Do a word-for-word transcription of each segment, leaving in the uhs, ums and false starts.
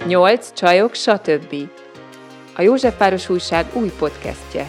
Nyolc csajok, stb. A Józsefváros Újság új podcastje.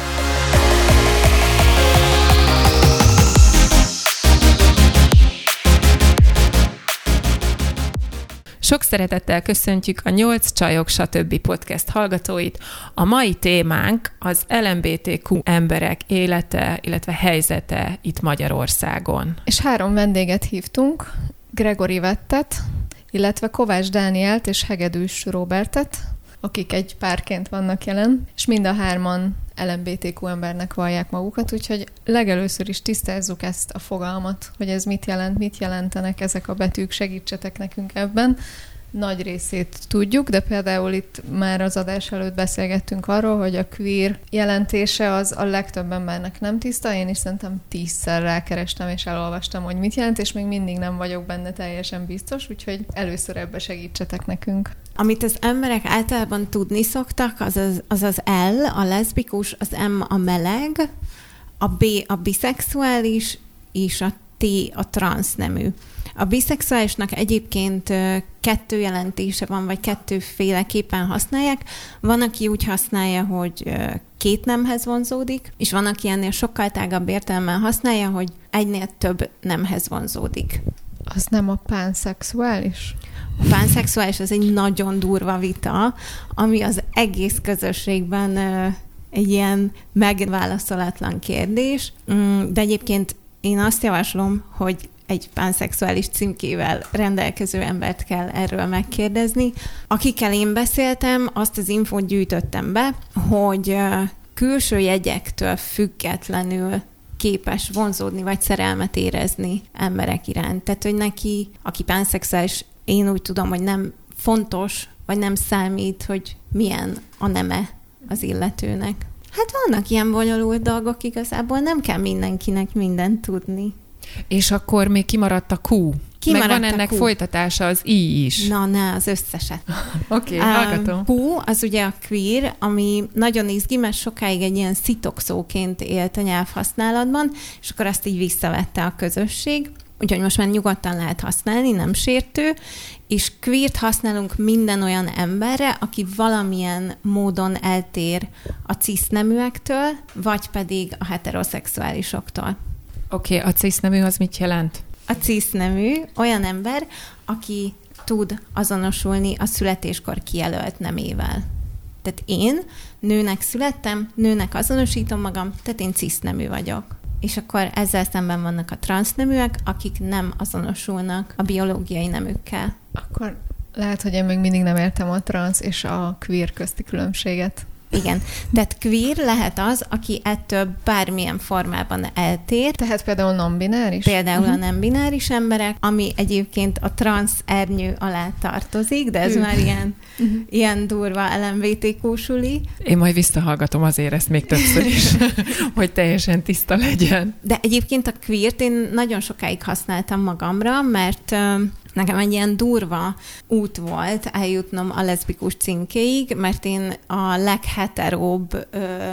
Sok szeretettel köszöntjük a Nyolc csajok, stb. Podcast hallgatóit. A mai témánk az el em bé té kú emberek élete, illetve helyzete itt Magyarországon. És három vendéget hívtunk, Gregory Vettet, illetve Kovács Dánielt és Hegedűs Róbertet, akik egy párként vannak jelen, és mind a hárman el em bé té kú embernek vallják magukat, úgyhogy legelőször is tisztázzuk ezt a fogalmat, hogy ez mit jelent, mit jelentenek ezek a betűk, segítsetek nekünk ebben. Nagy részét tudjuk, de például itt már az adás előtt beszélgettünk arról, hogy a queer jelentése az a legtöbb embernek nem tiszta. Én is szerintem tízszer rákerestem és elolvastam, hogy mit jelent, és még mindig nem vagyok benne teljesen biztos, úgyhogy először ebbe segítsetek nekünk. Amit az emberek általában tudni szoktak, az az, az, az L, a leszbikus, az M a meleg, a B a biszexuális, és a T a transznemű. A biszexuálisnak egyébként kettő jelentése van, vagy kettőféleképpen használják. Van, aki úgy használja, hogy két nemhez vonzódik, és van, aki ennél sokkal tágabb értelemben használja, hogy egynél több nemhez vonzódik. Az nem a pánszexuális? A pánszexuális az egy nagyon durva vita, ami az egész közösségben egy ilyen megválaszolatlan kérdés, de egyébként én azt javaslom, hogy egy pánszexuális címkével rendelkező embert kell erről megkérdezni. Akikkel én beszéltem, azt az infót gyűjtöttem be, hogy külső jegyektől függetlenül képes vonzódni, vagy szerelmet érezni emberek iránt. Tehát, hogy neki, aki pánszexuális, én úgy tudom, hogy nem fontos, vagy nem számít, hogy milyen a neme az illetőnek. Hát vannak ilyen bonyolult dolgok, igazából nem kell mindenkinek mindent tudni. És akkor még kimaradt a Q. Kimaradt Meg van ennek a Q. folytatása, az I is. Na, ne, az összeset. Oké, okay, hallgatom. Q, az ugye a queer, ami nagyon izgi, mert sokáig egy ilyen szitokszóként élt a nyelvhasználatban, és akkor azt így visszavette a közösség. Úgyhogy most már nyugodtan lehet használni, nem sértő, és queert használunk minden olyan emberre, aki valamilyen módon eltér a ciszneműektől, vagy pedig a heteroszexuálisoktól. Oké, okay, a cisznemű az mit jelent? A cisznemű olyan ember, aki tud azonosulni a születéskor kijelölt nemével. Tehát én nőnek születtem, nőnek azonosítom magam, tehát én cisznemű vagyok. És akkor ezzel szemben vannak a transzneműek, akik nem azonosulnak a biológiai nemükkel. Akkor lehet, hogy én még mindig nem értem a transz és a queer közti különbséget. Igen. Tehát queer lehet az, aki ettől bármilyen formában eltér. Tehát például non-bináris? Például uh-huh. a nem-bináris emberek, ami egyébként a transz ernyő alá tartozik, de ez uh. már ilyen, uh-huh. ilyen durva el em bé té kú-suli. Én majd visszahallgatom azért ezt még többször is, hogy teljesen tiszta legyen. De egyébként a queert én nagyon sokáig használtam magamra, mert nekem egy ilyen durva út volt eljutnom a leszbikus címkéig, mert én a legheteróbb ö,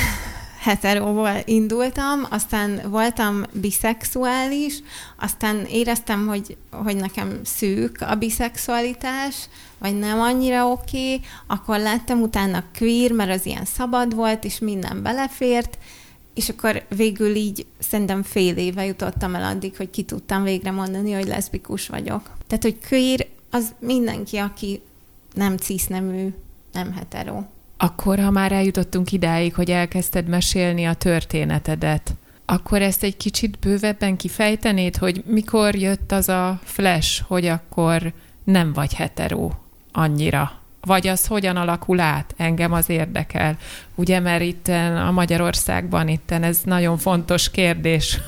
heteróból indultam, aztán voltam biszexuális, aztán éreztem, hogy, hogy nekem szűk a biszexualitás, vagy nem annyira oké, okay. Akkor lettem utána queer, mert az ilyen szabad volt, és minden belefért, és akkor végül így szerintem fél éve jutottam el addig, hogy ki tudtam végre mondani, hogy leszbikus vagyok. Tehát, hogy queer az mindenki, aki nem cisznemű, nem hetero. Akkor, ha már eljutottunk idáig, hogy elkezdted mesélni a történetedet, akkor ezt egy kicsit bővebben kifejtenéd, hogy mikor jött az a flash, hogy akkor nem vagy hetero annyira? Vagy az hogyan alakul át? Engem az érdekel. Ugye, mert itten a Magyarországban itten ez nagyon fontos kérdés.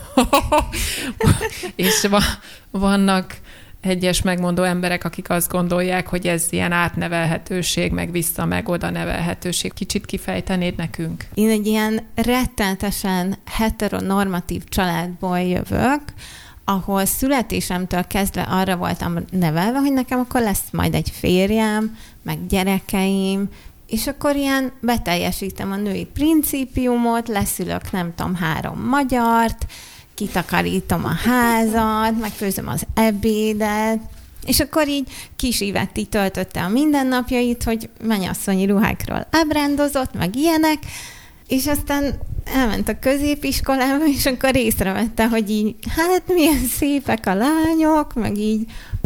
És va- vannak egyes megmondó emberek, akik azt gondolják, hogy ez ilyen átnevelhetőség, meg vissza, meg oda nevelhetőség. Kicsit kifejtenéd nekünk? Én egy ilyen rettenetesen heteronormatív családból jövök, ahol születésemtől kezdve arra voltam nevelve, hogy nekem akkor lesz majd egy férjem, meg gyerekeim, és akkor ilyen beteljesítem a női principiumot, leszülök nem tudom három magyart, kitakarítom a házat, megfőzöm az ebédet, És akkor így kis Ivett így töltötte a mindennapjait, hogy mennyasszonyi ruhákról ábrándozott, meg ilyenek, és aztán elment a középiskolába, és akkor észrevette, hogy így, hát milyen szépek a lányok, meg így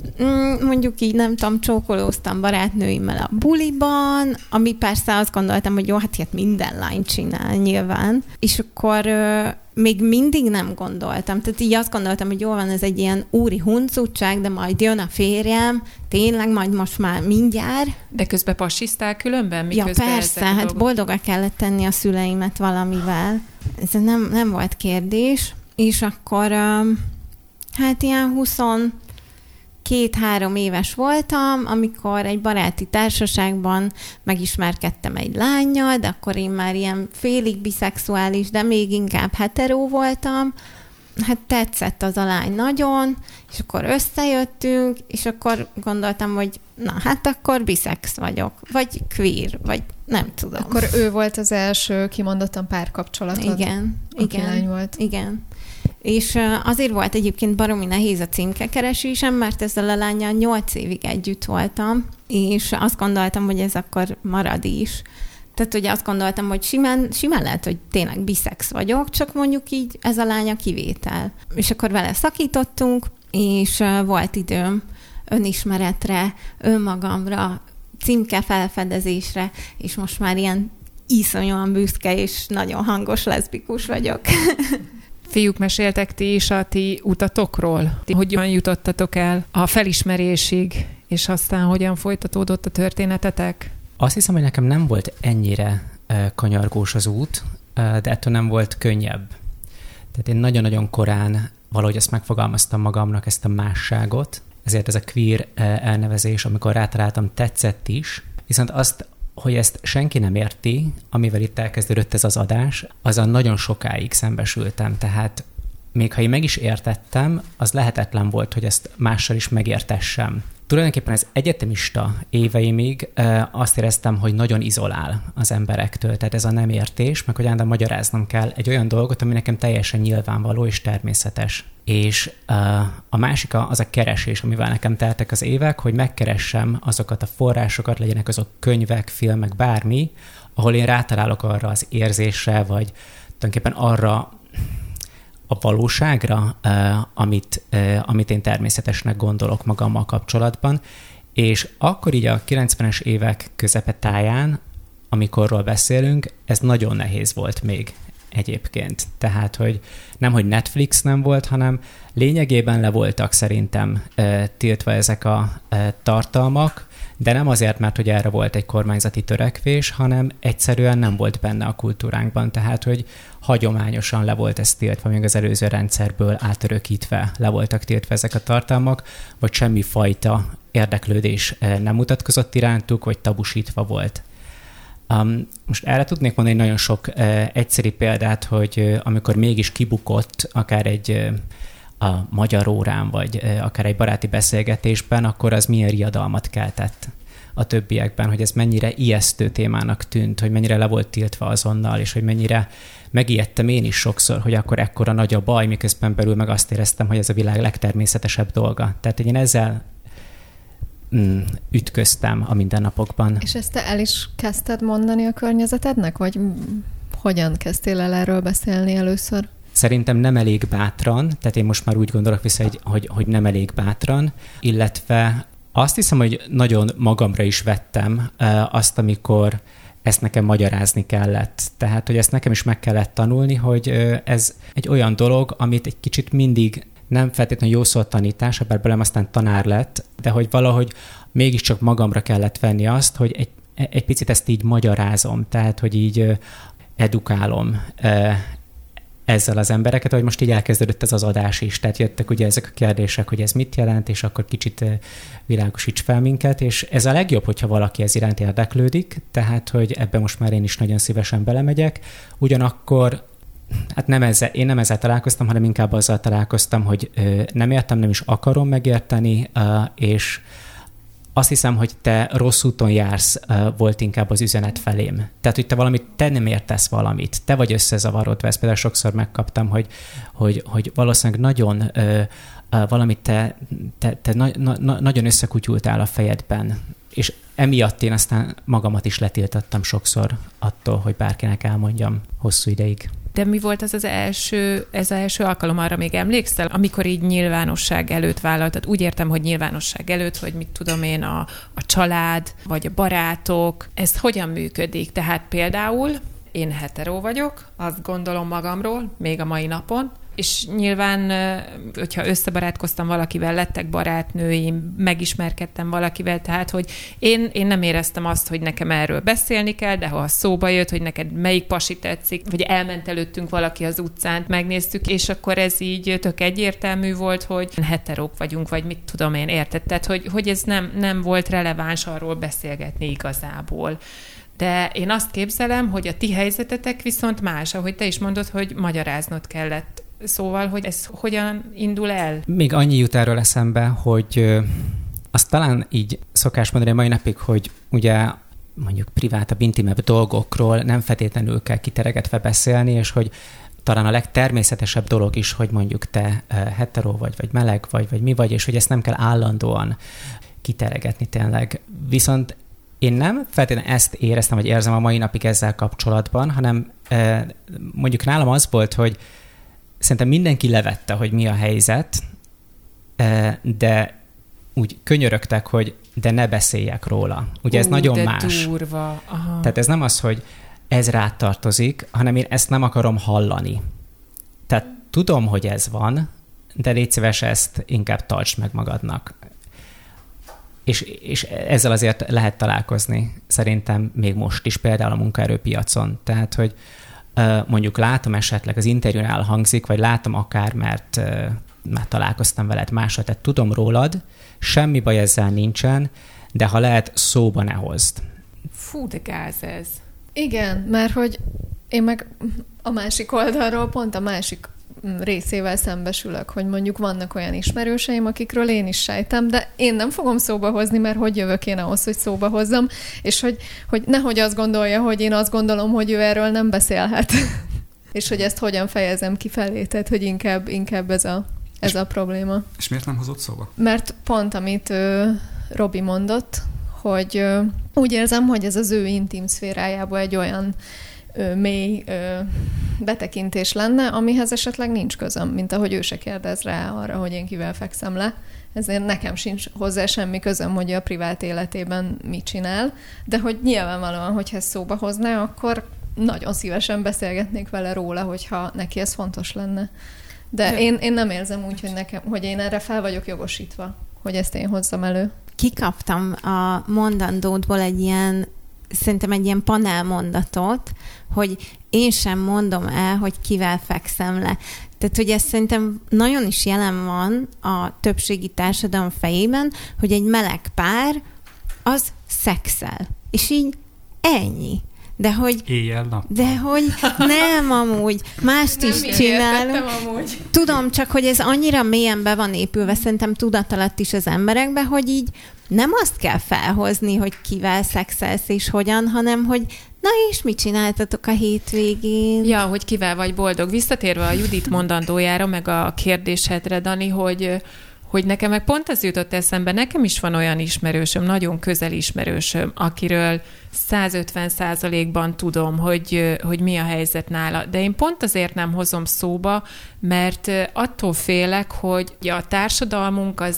mondjuk így nem tudom, csókolóztam barátnőimmel a buliban, ami persze azt gondoltam, hogy jó, hát ilyet minden lány csinál nyilván, és akkor ö, még mindig nem gondoltam, tehát így azt gondoltam, hogy jó van, ez egy ilyen úri huncutság, de majd jön a férjem, tényleg majd most már mindjárt. De közben pasisztál különben? Ja persze, hát dolgok? Boldogá kellett tenni a szüleimet valamivel. Ez nem, nem volt kérdés, és akkor ö, hát ilyen huszon két-három éves voltam, amikor egy baráti társaságban megismerkedtem egy lánnyal, de akkor én már ilyen félig biszexuális, de még inkább hetero voltam. Hát tetszett az a lány nagyon, és akkor összejöttünk, és akkor gondoltam, hogy na, hát akkor biszex vagyok, vagy queer, vagy nem tudom. Akkor ő volt az első kimondottan párkapcsolatod? Igen, igen, lány volt. Igen. És azért volt egyébként baromi nehéz a címkekeresésem, mert ezzel a lánnyal nyolc évig együtt voltam, és azt gondoltam, hogy ez akkor marad is. Tehát ugye azt gondoltam, hogy simán, simán lehet, hogy tényleg biszex vagyok, csak mondjuk így ez a lány a kivétel. És akkor vele szakítottunk, és volt időm önismeretre, önmagamra, címke felfedezésre, és most már ilyen iszonyúan büszke és nagyon hangos leszbikus vagyok. Fiúk, meséltek ti is a ti utatokról? Hogyan jutottatok el a felismerésig, és aztán hogyan folytatódott a történetetek? Azt hiszem, hogy nekem nem volt ennyire uh, kanyargós az út, uh, de ettől nem volt könnyebb. Tehát én nagyon-nagyon korán valahogy ezt megfogalmaztam magamnak, ezt a másságot, ezért ez a queer uh, elnevezés, amikor rátaláltam, tetszett is, viszont azt, hogy ezt senki nem érti, amivel itt elkezdődött ez az adás, azzal nagyon sokáig szembesültem, tehát még ha én meg is értettem, az lehetetlen volt, hogy ezt mással is megértessem. Tulajdonképpen az egyetemista éveimig e, azt éreztem, hogy nagyon izolál az emberektől, tehát ez a nem értés, meg hogy állandóan magyaráznom kell egy olyan dolgot, ami nekem teljesen nyilvánvaló és természetes. És e, a másik az a keresés, amivel nekem teltek az évek, hogy megkeressem azokat a forrásokat, legyenek azok könyvek, filmek, bármi, ahol én rátalálok arra az érzésre, vagy tulajdonképpen arra a valóságra, uh, amit, uh, amit én természetesnek gondolok magammal kapcsolatban, és akkor így a kilencvenes évek közepetáján, amikorról beszélünk, ez nagyon nehéz volt még egyébként. Tehát, hogy nem, hogy Netflix nem volt, hanem lényegében le voltak szerintem uh, tiltva ezek a uh, tartalmak, de nem azért, mert hogy erre volt egy kormányzati törekvés, hanem egyszerűen nem volt benne a kultúránkban. Tehát, hogy hagyományosan le volt ez tiltva, még az előző rendszerből átörökítve le voltak tiltva ezek a tartalmak, vagy semmifajta érdeklődés nem mutatkozott irántuk, vagy tabusítva volt. Um, most erre tudnék mondani nagyon sok uh, egyszerű példát, hogy uh, amikor mégis kibukott akár egy uh, a magyar órán, vagy uh, akár egy baráti beszélgetésben, akkor az milyen riadalmat keltett a többiekben, hogy ez mennyire ijesztő témának tűnt, hogy mennyire le volt tiltva azonnal, és hogy mennyire megijedtem én is sokszor, hogy akkor ekkora nagy a baj, miközben belül meg azt éreztem, hogy ez a világ legtermészetesebb dolga. Tehát én ezzel mm, ütköztem a mindennapokban. És ezt te el is kezdted mondani a környezetednek, vagy hogyan kezdtél el erről beszélni először? Szerintem nem elég bátran, tehát én most már úgy gondolok vissza, hogy, hogy, hogy nem elég bátran, illetve azt hiszem, hogy nagyon magamra is vettem azt, amikor ezt nekem magyarázni kellett. Tehát, hogy ezt nekem is meg kellett tanulni, hogy ez egy olyan dolog, amit egy kicsit mindig nem feltétlenül jó szó a tanítás, bár belem aztán tanár lett, de hogy valahogy mégiscsak magamra kellett venni azt, hogy egy, egy picit ezt így magyarázom, tehát, hogy így edukálom ezzel az embereket, hogy most így elkezdődött ez az adás is, tehát jöttek ugye ezek a kérdések, hogy ez mit jelent, és akkor kicsit világosíts fel minket, és ez a legjobb, hogyha valaki ez iránt érdeklődik, tehát, hogy ebben most már én is nagyon szívesen belemegyek, ugyanakkor hát nem ezzel, én nem ezzel találkoztam, hanem inkább azzal találkoztam, hogy nem értem, nem is akarom megérteni, és azt hiszem, hogy te rossz úton jársz, volt inkább az üzenet felém. Tehát, hogy te valamit, te nem értesz valamit, te vagy összezavarodva, ezt például sokszor megkaptam, hogy, hogy, hogy valószínűleg nagyon ö, valamit te, te, te na, na, nagyon összekutyultál a fejedben, és emiatt én aztán magamat is letiltattam sokszor attól, hogy bárkinek elmondjam hosszú ideig. De mi volt az az első, ez az első alkalom, arra még emlékszel, amikor így nyilvánosság előtt vállaltad? Úgy értem, hogy nyilvánosság előtt, hogy mit tudom én, a, a család, vagy a barátok. Ez hogyan működik? Tehát például én hetero vagyok, azt gondolom magamról, még a mai napon, és nyilván, hogyha összebarátkoztam valakivel, lettek barátnőim, megismerkedtem valakivel, tehát, hogy én, én nem éreztem azt, hogy nekem erről beszélni kell, de ha szóba jött, hogy neked melyik pasi tetszik, vagy elment előttünk valaki az utcán, megnéztük, és akkor ez így tök egyértelmű volt, hogy heterók vagyunk, vagy mit tudom én, érted? Tehát, hogy, hogy ez nem, nem volt releváns arról beszélgetni igazából. De én azt képzelem, hogy a ti helyzetetek viszont más, ahogy te is mondod, hogy magyaráznod kellett. Szóval, hogy ez hogyan indul el? Még annyi jut erről eszembe, hogy ö, azt talán így szokás mondani a mai napig, hogy ugye mondjuk privátabb, intimebb dolgokról nem feltétlenül kell kiteregetve beszélni, és hogy talán a legtermészetesebb dolog is, hogy mondjuk te ö, hetero vagy, vagy meleg vagy, vagy mi vagy, és hogy ezt nem kell állandóan kiteregetni tényleg. Viszont én nem feltétlenül ezt éreztem, vagy érzem a mai napig ezzel kapcsolatban, hanem ö, mondjuk nálam az volt, hogy szerintem mindenki levette, hogy mi a helyzet, de úgy könyörögtek, hogy de ne beszéljek róla. Ugye ez Ú, nagyon de más. Durva. Aha. Tehát ez nem az, hogy ez rád tartozik, hanem én ezt nem akarom hallani. Tehát tudom, hogy ez van, de légy szíves, ezt inkább tartsd meg magadnak. És, és ezzel azért lehet találkozni, szerintem még most is, például a munkaerőpiacon. Tehát, hogy mondjuk látom esetleg az interjún elhangzik, vagy látom akár, mert uh, már találkoztam veled másra, tehát tudom rólad, semmi baj ezzel nincsen, de ha lehet, szóba ne hozd. Fú, de gáz ez. Igen, mert hogy én meg a másik oldalról pont a másik részével szembesülök, hogy mondjuk vannak olyan ismerőseim, akikről én is sejtem, de én nem fogom szóba hozni, mert hogy jövök én ahhoz, hogy szóba hozzam, és hogy, hogy nehogy azt gondolja, hogy én azt gondolom, hogy ő erről nem beszélhet. És hogy ezt hogyan fejezem ki felé, tehát hogy inkább, inkább ez, a, ez a probléma. És miért nem hozott szóba? Mert pont, amit ö, Robi mondott, hogy ö, úgy érzem, hogy ez az ő intim szférájából egy olyan ö, mély ö, betekintés lenne, amihez esetleg nincs közöm, mint ahogy ő se kérdez rá arra, hogy én kivel fekszem le. Ezért nekem sincs hozzá semmi közöm, hogy a privát életében mit csinál, de hogy nyilvánvalóan, hogyha ezt szóba hozná, akkor nagyon szívesen beszélgetnék vele róla, hogyha neki ez fontos lenne. De én, én nem érzem úgy, hogy, nekem, hogy én erre fel vagyok jogosítva, hogy ezt én hozzam elő. Kikaptam a mondandódból egy ilyen, szerintem egy ilyen panelmondatot, hogy én sem mondom el, hogy kivel fekszem le. Tehát, hogy ez szerintem nagyon is jelen van a többségi társadalom fejében, hogy egy meleg pár az szexel. És így ennyi. De hogy, Éjjel-nappal. de hogy nem amúgy, mást nem is így csinálunk. értettem amúgy. Tudom, csak hogy ez annyira mélyen be van épülve, szerintem tudat alatt is az emberekbe, hogy így nem azt kell felhozni, hogy kivel szexelsz és hogyan, hanem hogy na és mit csináltatok a hétvégén? Ja, hogy kivel vagy boldog. Visszatérve a Judit mondandójára, meg a kérdésedre, Dani, hogy hogy nekem meg pont ez jutott eszembe, nekem is van olyan ismerősöm, nagyon közeli ismerősöm, akiről százötven százalékban tudom, hogy, hogy mi a helyzet nála. De én pont azért nem hozom szóba, mert attól félek, hogy a társadalmunk az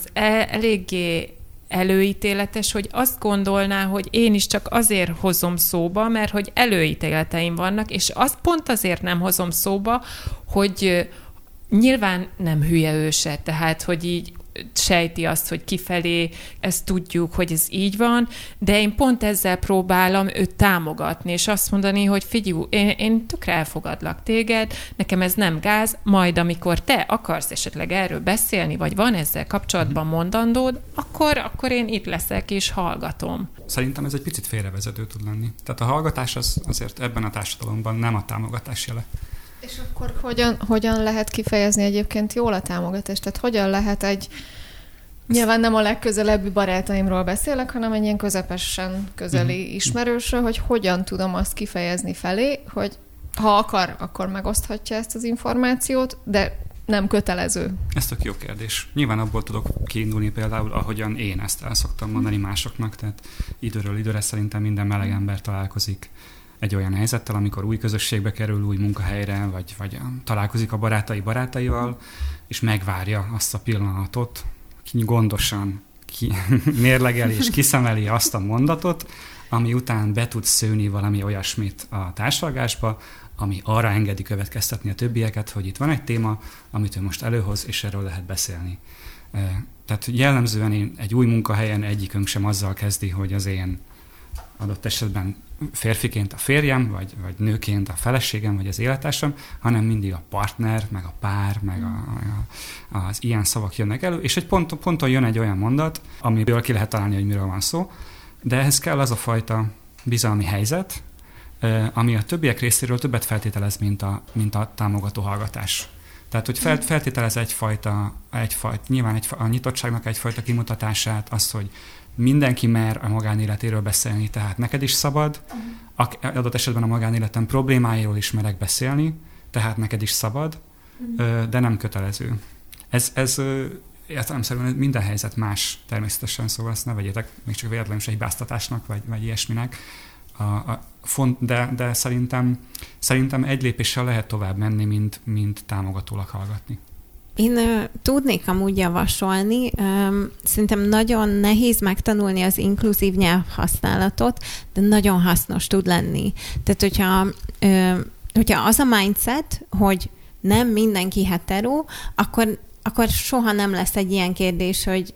eléggé előítéletes, hogy azt gondolná, hogy én is csak azért hozom szóba, mert hogy előítéleteim vannak, és azt pont azért nem hozom szóba, hogy nyilván nem hülye ő se, tehát, hogy így sejti azt, hogy kifelé ezt tudjuk, hogy ez így van, de én pont ezzel próbálom őt támogatni, és azt mondani, hogy figyelj, én, én tökre elfogadlak téged, nekem ez nem gáz, majd amikor te akarsz esetleg erről beszélni, vagy van ezzel kapcsolatban mondandód, akkor, akkor én itt leszek és hallgatom. Szerintem ez egy picit félrevezető tud lenni. Tehát a hallgatás az azért ebben a társadalomban nem a támogatás jele. És akkor hogyan, hogyan lehet kifejezni egyébként jól a támogatást? Tehát hogyan lehet egy, nyilván nem a legközelebbi barátaimról beszélek, hanem egy ilyen közepesen közeli ismerősről, hogy hogyan tudom azt kifejezni felé, hogy ha akar, akkor megoszthatja ezt az információt, de nem kötelező? Ez tök jó kérdés. Nyilván abból tudok kiindulni például, ahogyan én ezt el szoktam mondani másoknak, tehát időről időre szerintem minden meleg ember találkozik egy olyan helyzettel, amikor új közösségbe kerül, új munkahelyre, vagy, vagy találkozik a barátai barátaival, és megvárja azt a pillanatot, ki gondosan ki, mérlegeli és kiszemeli azt a mondatot, ami után be tud szőni valami olyasmit a társalgásba, ami arra engedi következtetni a többieket, hogy itt van egy téma, amit ő most előhoz, és erről lehet beszélni. Tehát jellemzően én egy új munkahelyen egyikünk sem azzal kezdi, hogy az én adott esetben férfiként a férjem, vagy, vagy nőként a feleségem, vagy az élettársam, hanem mindig a partner, meg a pár, meg a, a, az ilyen szavak jönnek elő, és egy pont, ponton jön egy olyan mondat, amiből ki lehet találni, hogy miről van szó, de ehhez kell az a fajta bizalmi helyzet, ami a többiek részéről többet feltételez, mint a, mint a támogató hallgatás. Tehát, hogy felt, feltételez egyfajta, egyfajta, nyilván egy, a nyitottságnak egyfajta kimutatását, az, hogy mindenki mer a magánéletéről beszélni, tehát neked is szabad, uh-huh. adott esetben a magánéletem problémáiról is merek beszélni, tehát neked is szabad, uh-huh. de nem kötelező. Ez, ez értelemszerűen minden helyzet más természetesen, szóval ezt ne vegyétek még csak véletlenül se hibáztatásnak, vagy, vagy ilyesminek. A, a font, de, de szerintem, szerintem egy lépéssel lehet tovább menni, mint, mint támogatólag hallgatni. Én uh, tudnék amúgy javasolni, um, szerintem nagyon nehéz megtanulni az inkluzív nyelvhasználatot, de nagyon hasznos tud lenni. Tehát, hogyha, uh, hogyha az a mindset, hogy nem mindenki hetero, akkor, akkor soha nem lesz egy ilyen kérdés, hogy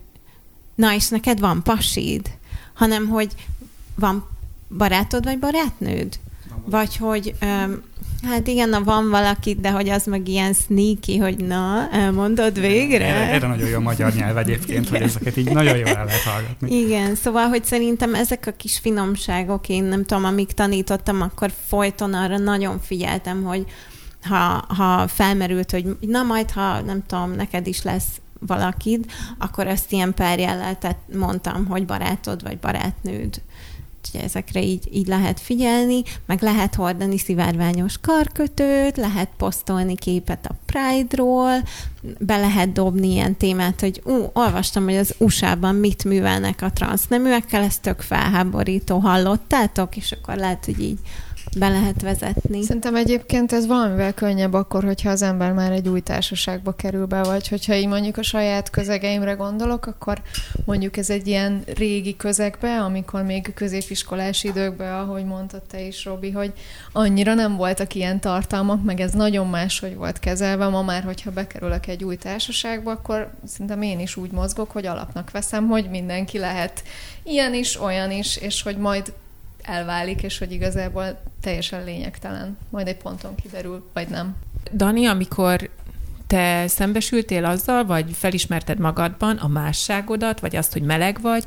na és neked van pasid, hanem hogy van barátod vagy barátnőd? Vagy hogy, um, hát igen, na van valaki, de hogy az meg ilyen sneaky, hogy na, elmondod végre? Erre, erre nagyon jó a magyar nyelv egyébként, igen. Hogy ezeket így nagyon jól el lehet hallgatni. Igen, szóval, hogy szerintem ezek a kis finomságok, én nem tudom, amíg tanítottam, akkor folyton arra nagyon figyeltem, hogy ha, ha felmerült, hogy na majd, ha nem tudom, neked is lesz valakid, akkor ezt ilyen párjellel mondtam, hogy barátod vagy barátnőd. Úgyhogy ezekre így, így lehet figyelni, meg lehet hordani szivárványos karkötőt, lehet posztolni képet a Pride-ról, be lehet dobni ilyen témát, hogy ú, olvastam, hogy az u es á-ban mit művelnek a transzneműekkel, ez tök felháborító, hallottátok? És akkor lehet, hogy így be lehet vezetni. Szerintem egyébként ez valamivel könnyebb akkor, hogyha az ember már egy új társaságba kerül be, vagy hogyha így mondjuk a saját közegeimre gondolok, akkor mondjuk ez egy ilyen régi közegbe, amikor még középiskolás időkben, ahogy mondtad te is, Robi, hogy annyira nem voltak ilyen tartalmak, meg ez nagyon máshogy volt kezelve. Ma már, hogyha bekerülök egy új társaságba, akkor szerintem én is úgy mozgok, hogy alapnak veszem, hogy mindenki lehet ilyen is, olyan is, és hogy majd elválik, és hogy igazából teljesen lényegtelen. Majd egy ponton kiderül, vagy nem. Dani, amikor te szembesültél azzal, vagy felismerted magadban a másságodat, vagy azt, hogy meleg vagy,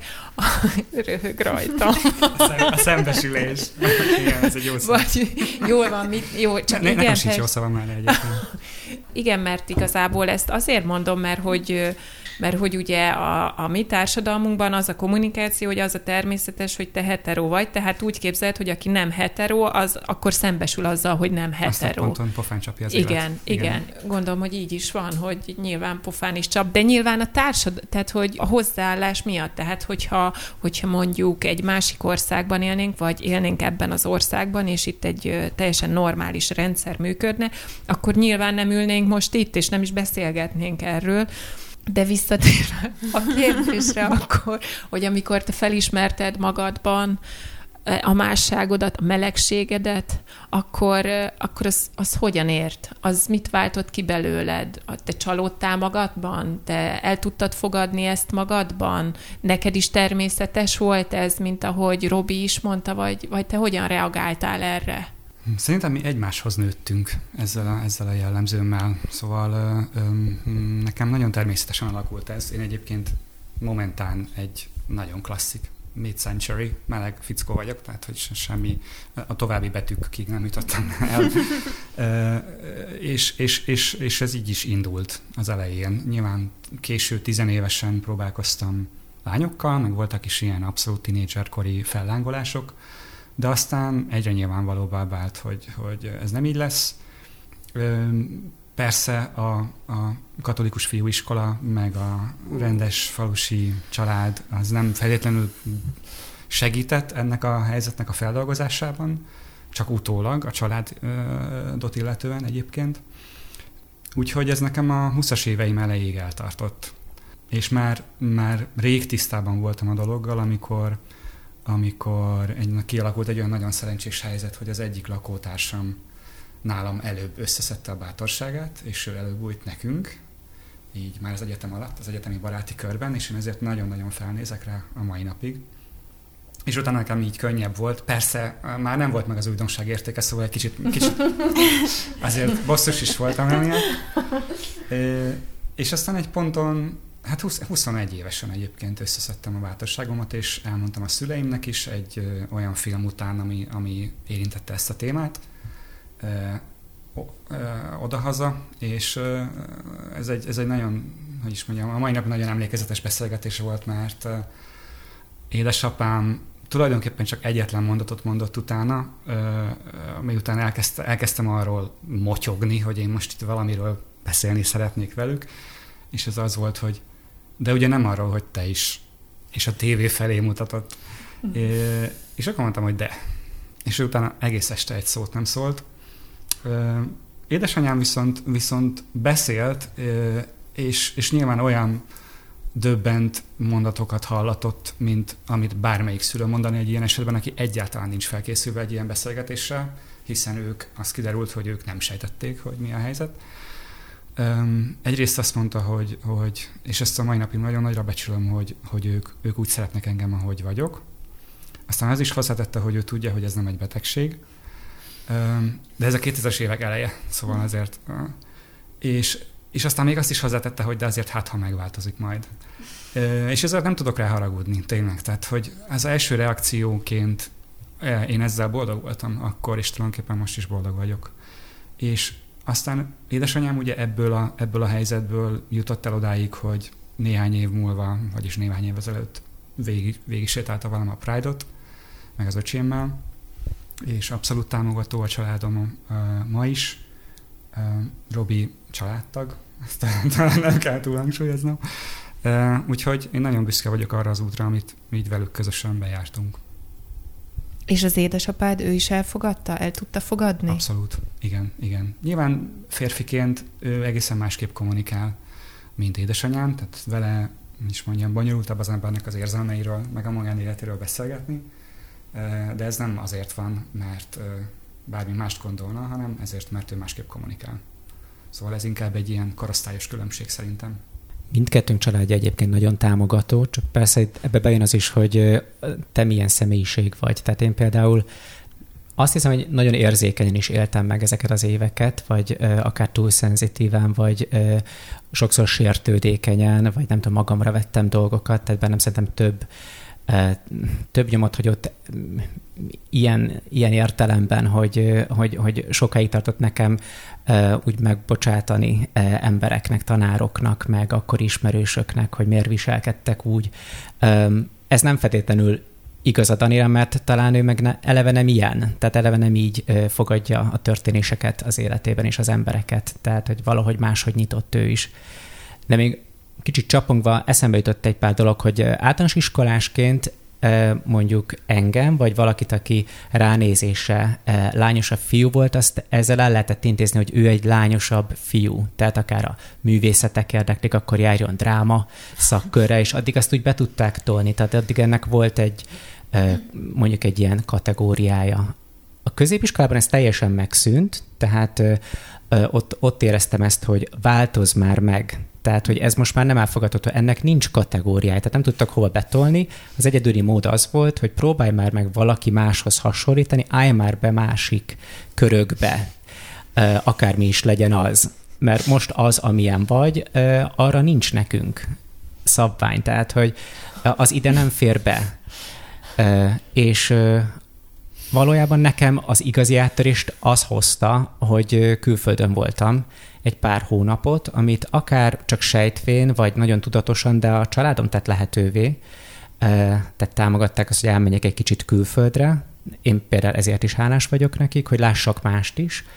röhög rajta. A szembesülés. Igen, ez egy jó szó. Vagy jól van, mit, jó, csak ne, igen. Nekem sincs jó szavam már egyébként. Igen, mert igazából ezt azért mondom, mert hogy mert hogy ugye a, a mi társadalmunkban az a kommunikáció, hogy az a természetes, hogy te hetero vagy, tehát úgy képzeld, hogy aki nem hetero, az akkor szembesül azzal, hogy nem hetero. Azt a ponton pofán csapja az igen, élet. Igen, igen. Gondolom, hogy így is van, hogy nyilván pofán is csap, de nyilván a társad, tehát hogy a hozzáállás miatt, tehát hogyha, hogyha mondjuk egy másik országban élnénk, vagy élnénk ebben az országban, és itt egy teljesen normális rendszer működne, akkor nyilván nem ülnénk most itt, és nem is beszélgetnénk erről. De visszatérve a kérdésre akkor, hogy amikor te felismerted magadban a másságodat, a melegségedet, akkor, akkor az, az hogyan ért? Az mit váltott ki belőled? Te csalódtál magadban? Te el tudtad fogadni ezt magadban? Neked is természetes volt ez, mint ahogy Robi is mondta, vagy, vagy te hogyan reagáltál erre? Szerintem mi egymáshoz nőttünk ezzel a, ezzel a jellemzőmmel, szóval ö, ö, nekem nagyon természetesen alakult ez. Én egyébként momentán egy nagyon klasszik mid-century meleg fickó vagyok, tehát hogy semmi, a további betűkig nem jutottam el. ö, és, és, és, és ez így is indult az elején. Nyilván késő tizenévesen próbálkoztam lányokkal, meg voltak is ilyen abszolút tínédzserkori fellángolások, de aztán egyre nyilvánvalóbbá vált, hogy, hogy ez nem így lesz. persze a, a katolikus fiúiskola, meg a rendes falusi család az nem feltétlenül segített ennek a helyzetnek a feldolgozásában, csak utólag a családot illetően egyébként. Úgyhogy ez nekem a huszas éveim elejéig eltartott. És már, már rég tisztában voltam a dologgal, amikor, amikor egy, kialakult egy olyan nagyon szerencsés helyzet, hogy az egyik lakótársam nálam előbb összeszedte a bátorságát, és ő előbújt nekünk, így már az egyetem alatt, az egyetemi baráti körben, és én ezért nagyon-nagyon felnézek rá a mai napig. És utána nekem így könnyebb volt. Persze már nem volt meg az újdonság értéke, szóval egy kicsit, kicsit azért bosszus is voltam emiatt. És aztán egy ponton, hát huszonegy évesen egyébként összeszedtem a bátorságomat, és elmondtam a szüleimnek is egy olyan film után, ami, ami érintette ezt a témát, odahaza, és ez egy, ez egy nagyon, hogy is mondjam, a mai nap nagyon emlékezetes beszélgetés volt, mert édesapám tulajdonképpen csak egyetlen mondatot mondott utána, miután elkezdte, elkezdtem arról motyogni, hogy én most itt valamiről beszélni szeretnék velük, és ez az volt, hogy de ugye nem arról, hogy te is, és a tévé felé mutatott. Mm. É, és akkor mondtam, hogy de. És utána egész este egy szót nem szólt. Édesanyám viszont, viszont beszélt, és, és nyilván olyan döbbent mondatokat hallatott, mint amit bármelyik szülő mondani egy ilyen esetben, aki egyáltalán nincs felkészülve egy ilyen beszélgetéssel, hiszen ők, az kiderült, hogy ők nem sejtették, hogy mi a helyzet. Um, egyrészt azt mondta, hogy, hogy, és ezt a mai napig nagyon nagyra becsülöm, hogy, hogy ők, ők úgy szeretnek engem, ahogy vagyok. Aztán az is hozzátette, hogy ő tudja, hogy ez nem egy betegség. Um, de ez a kétezres évek eleje, szóval azért. Uh, és, és aztán még azt is hozzátette, hogy de azért hát, ha megváltozik majd. Uh, és ezzel nem tudok rá haragudni, tényleg. Tehát, hogy az első reakcióként én ezzel boldog voltam akkor, és tulajdonképpen most is boldog vagyok. És aztán édesanyám ugye ebből a, ebből a helyzetből jutott el odáig, hogy néhány év múlva, vagyis néhány év ezelőtt végig, végig sétálta velem a Pride-ot, meg az öcsémmel, és abszolút támogató a családom uh, ma is. Uh, Robi családtag, ezt talán nem kell túl hangsúlyoznom. Uh, úgyhogy én nagyon büszke vagyok arra az útra, amit így velük közösen bejártunk. És az édesapád, ő is elfogadta? El tudta fogadni? Abszolút. Igen, igen. Nyilván férfiként ő egészen másképp kommunikál, mint édesanyám, tehát vele, is mondjam, bonyolultabb az embernek az érzelmeiről, meg a magánéletéről beszélgetni, de ez nem azért van, mert bármi mást gondolna, hanem ezért, mert ő másképp kommunikál. Szóval ez inkább egy ilyen korosztályos különbség szerintem. Mindkettőnk családja egyébként nagyon támogató, csak persze ebbe bejön az is, hogy te milyen személyiség vagy. Tehát én például azt hiszem, hogy nagyon érzékenyen is éltem meg ezeket az éveket, vagy uh, akár túl szenzitíven, vagy uh, sokszor sértődékenyen, vagy nem tudom, magamra vettem dolgokat, tehát bennem szerintem több, uh, több nyomot hagyott um, ilyen, ilyen értelemben, hogy, uh, hogy, hogy sokáig tartott nekem uh, úgy megbocsátani uh, embereknek, tanároknak, meg akkor ismerősöknek, hogy miért viselkedtek úgy. Um, ez nem feltétlenül igaz a Danira, mert talán ő meg ne, eleve nem ilyen, tehát eleve nem így ö, fogadja a történéseket az életében és az embereket, tehát hogy valahogy máshogy nyitott ő is. De még kicsit csapongva eszembe jutott egy pár dolog, hogy általános iskolásként ö, mondjuk engem, vagy valakit, aki ránézésre ö, lányosabb fiú volt, azt ezzel el lehetett intézni, hogy ő egy lányosabb fiú, tehát akár a művészetek érdeklik, akkor járjon dráma szakkörre, és addig azt úgy be tudták tolni, tehát addig ennek volt egy mondjuk egy ilyen kategóriája. A középiskolában ez teljesen megszűnt, tehát ö, ö, ott, ott éreztem ezt, hogy változ már meg. Tehát, hogy ez most már nem elfogadható, ennek nincs kategóriája, tehát nem tudtak hova betolni. Az egyedüli mód az volt, hogy próbálj már meg valaki máshoz hasonlítani, állj már be másik körökbe, ö, akármi is legyen az. Mert most az, amilyen vagy, ö, arra nincs nekünk szabvány, tehát, hogy az ide nem fér be. Uh, és uh, valójában nekem az igazi áttörést az hozta, hogy uh, külföldön voltam egy pár hónapot, amit akár csak sejtvén, vagy nagyon tudatosan, de a családom tett lehetővé, uh, tehát támogatták azt, hogy elmenjek egy kicsit külföldre. Én például ezért is hálás vagyok nekik, hogy lássak mást is,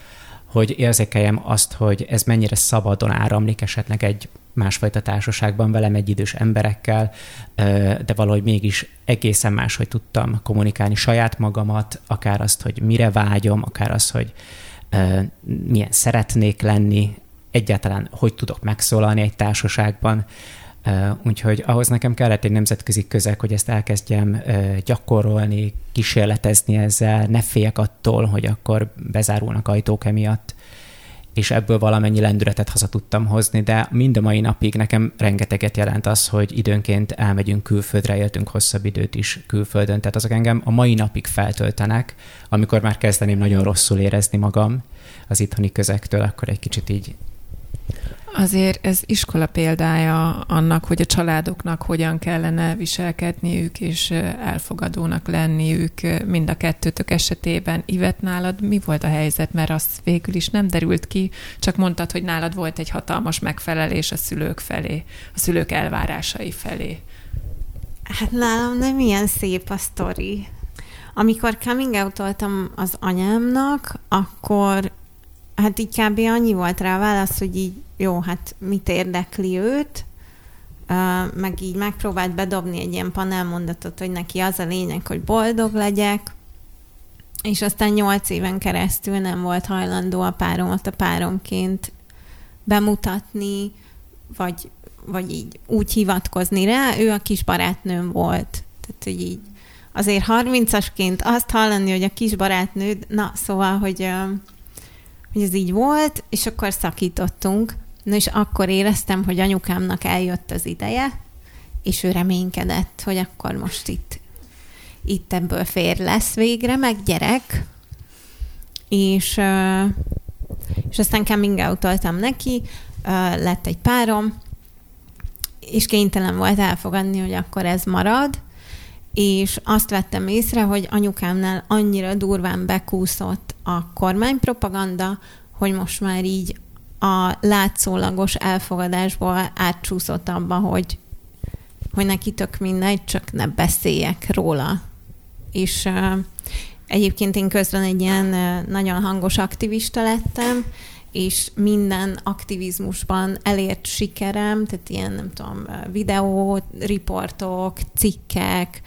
hogy érzékeljem azt, hogy ez mennyire szabadon áramlik esetleg egy másfajta társaságban velem egy idős emberekkel, de valahogy mégis egészen máshogy tudtam kommunikálni saját magamat, akár azt, hogy mire vágyom, akár azt, hogy milyen szeretnék lenni, egyáltalán hogy tudok megszólalni egy társaságban. Úgyhogy ahhoz nekem kellett egy nemzetközi közeg, hogy ezt elkezdjem gyakorolni, kísérletezni ezzel, ne féljek attól, hogy akkor bezárulnak ajtók emiatt, és ebből valamennyi lendületet haza tudtam hozni, de mind a mai napig nekem rengeteget jelent az, hogy időnként elmegyünk külföldre, éltünk hosszabb időt is külföldön, tehát azok engem a mai napig feltöltenek, amikor már kezdeném nagyon rosszul érezni magam az itthoni közegtől, akkor egy kicsit így. Azért ez iskola példája annak, hogy a családoknak hogyan kellene viselkedniük, és elfogadónak lenniük mind a kettőtök esetében. Ivett, nálad mi volt a helyzet? Mert az végül is nem derült ki, csak mondtad, hogy nálad volt egy hatalmas megfelelés a szülők felé, a szülők elvárásai felé. Hát nálam nem ilyen szép a sztori. Amikor coming out-oltam az anyámnak, akkor hát így kb. Annyi volt rá a válasz, hogy így jó, hát mit érdekli őt, uh, meg így megpróbált bedobni egy ilyen panelmondatot, hogy neki az a lényeg, hogy boldog legyek, és aztán nyolc éven keresztül nem volt hajlandó a páromat a páromként bemutatni, vagy, vagy így úgy hivatkozni rá, ő a kis barátnőm volt. Tehát, hogy így azért harmincasként azt hallani, hogy a kis barátnőd, na, szóval, hogy... Uh, hogy ez így volt, és akkor szakítottunk. Na és akkor éreztem, hogy anyukámnak eljött az ideje, és ő reménykedett, hogy akkor most itt, itt ebből fér lesz végre, meg gyerek. És, és aztán coming out-oltam neki, lett egy párom, és kénytelen volt elfogadni, hogy akkor ez marad, és azt vettem észre, hogy anyukámnál annyira durván bekúszott a kormánypropaganda, hogy most már így a látszólagos elfogadásból átcsúszott abba, hogy, hogy neki tök mindegy, csak ne beszéljek róla. És uh, egyébként én közben egy ilyen uh, nagyon hangos aktivista lettem, és minden aktivizmusban elért sikerem, tehát ilyen, nem tudom, videó, riportok, cikkek,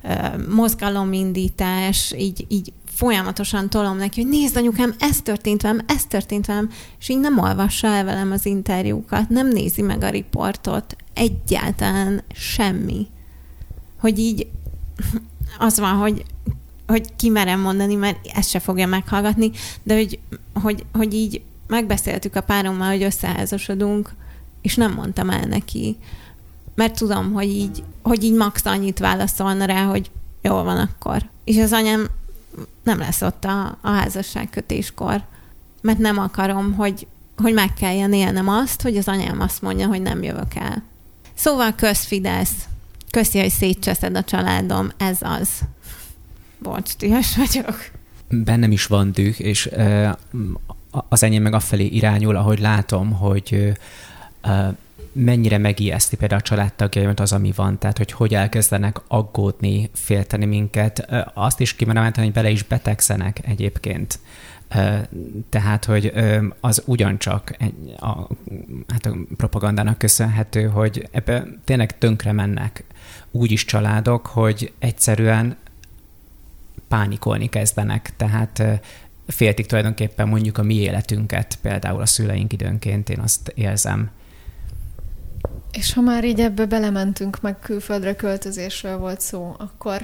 mozgalomindítás, így, így folyamatosan tolom neki, hogy nézd anyukám, ez történt velem, ez történt velem, és így nem olvassa el velem az interjúkat, nem nézi meg a riportot, egyáltalán semmi. Hogy így az van, hogy, hogy kimerem mondani, mert ezt se fogja meghallgatni, de hogy, hogy, hogy így megbeszéltük a párommal, hogy összeházasodunk, és nem mondtam el neki. Mert tudom, hogy így, hogy így max annyit válaszolna rá, hogy jól van akkor. És az anyám nem lesz ott a, a házasságkötéskor. Mert nem akarom, hogy, hogy meg kelljen élnem azt, hogy az anyám azt mondja, hogy nem jövök el. Szóval közfidesz. Köszi, hogy szétcseszed a családom. Ez az. Bocs, dühös vagyok. Bennem is van düh, és uh, az enyém meg afelé irányul, ahogy látom, hogy uh, mennyire megijeszti például a családtagjaimat az, ami van, tehát hogy hogy elkezdenek aggódni, félteni minket. Uh, azt is kimerem állítani, hogy bele is betegszenek egyébként. Uh, tehát, hogy uh, az ugyancsak egy, a, hát a propagandának köszönhető, hogy ebbe tényleg tönkre mennek úgy is családok, hogy egyszerűen pánikolni kezdenek, tehát féltik tulajdonképpen mondjuk a mi életünket, például a szüleink időnként, én azt érzem. És ha már így ebbe belementünk, meg külföldre költözésről volt szó, akkor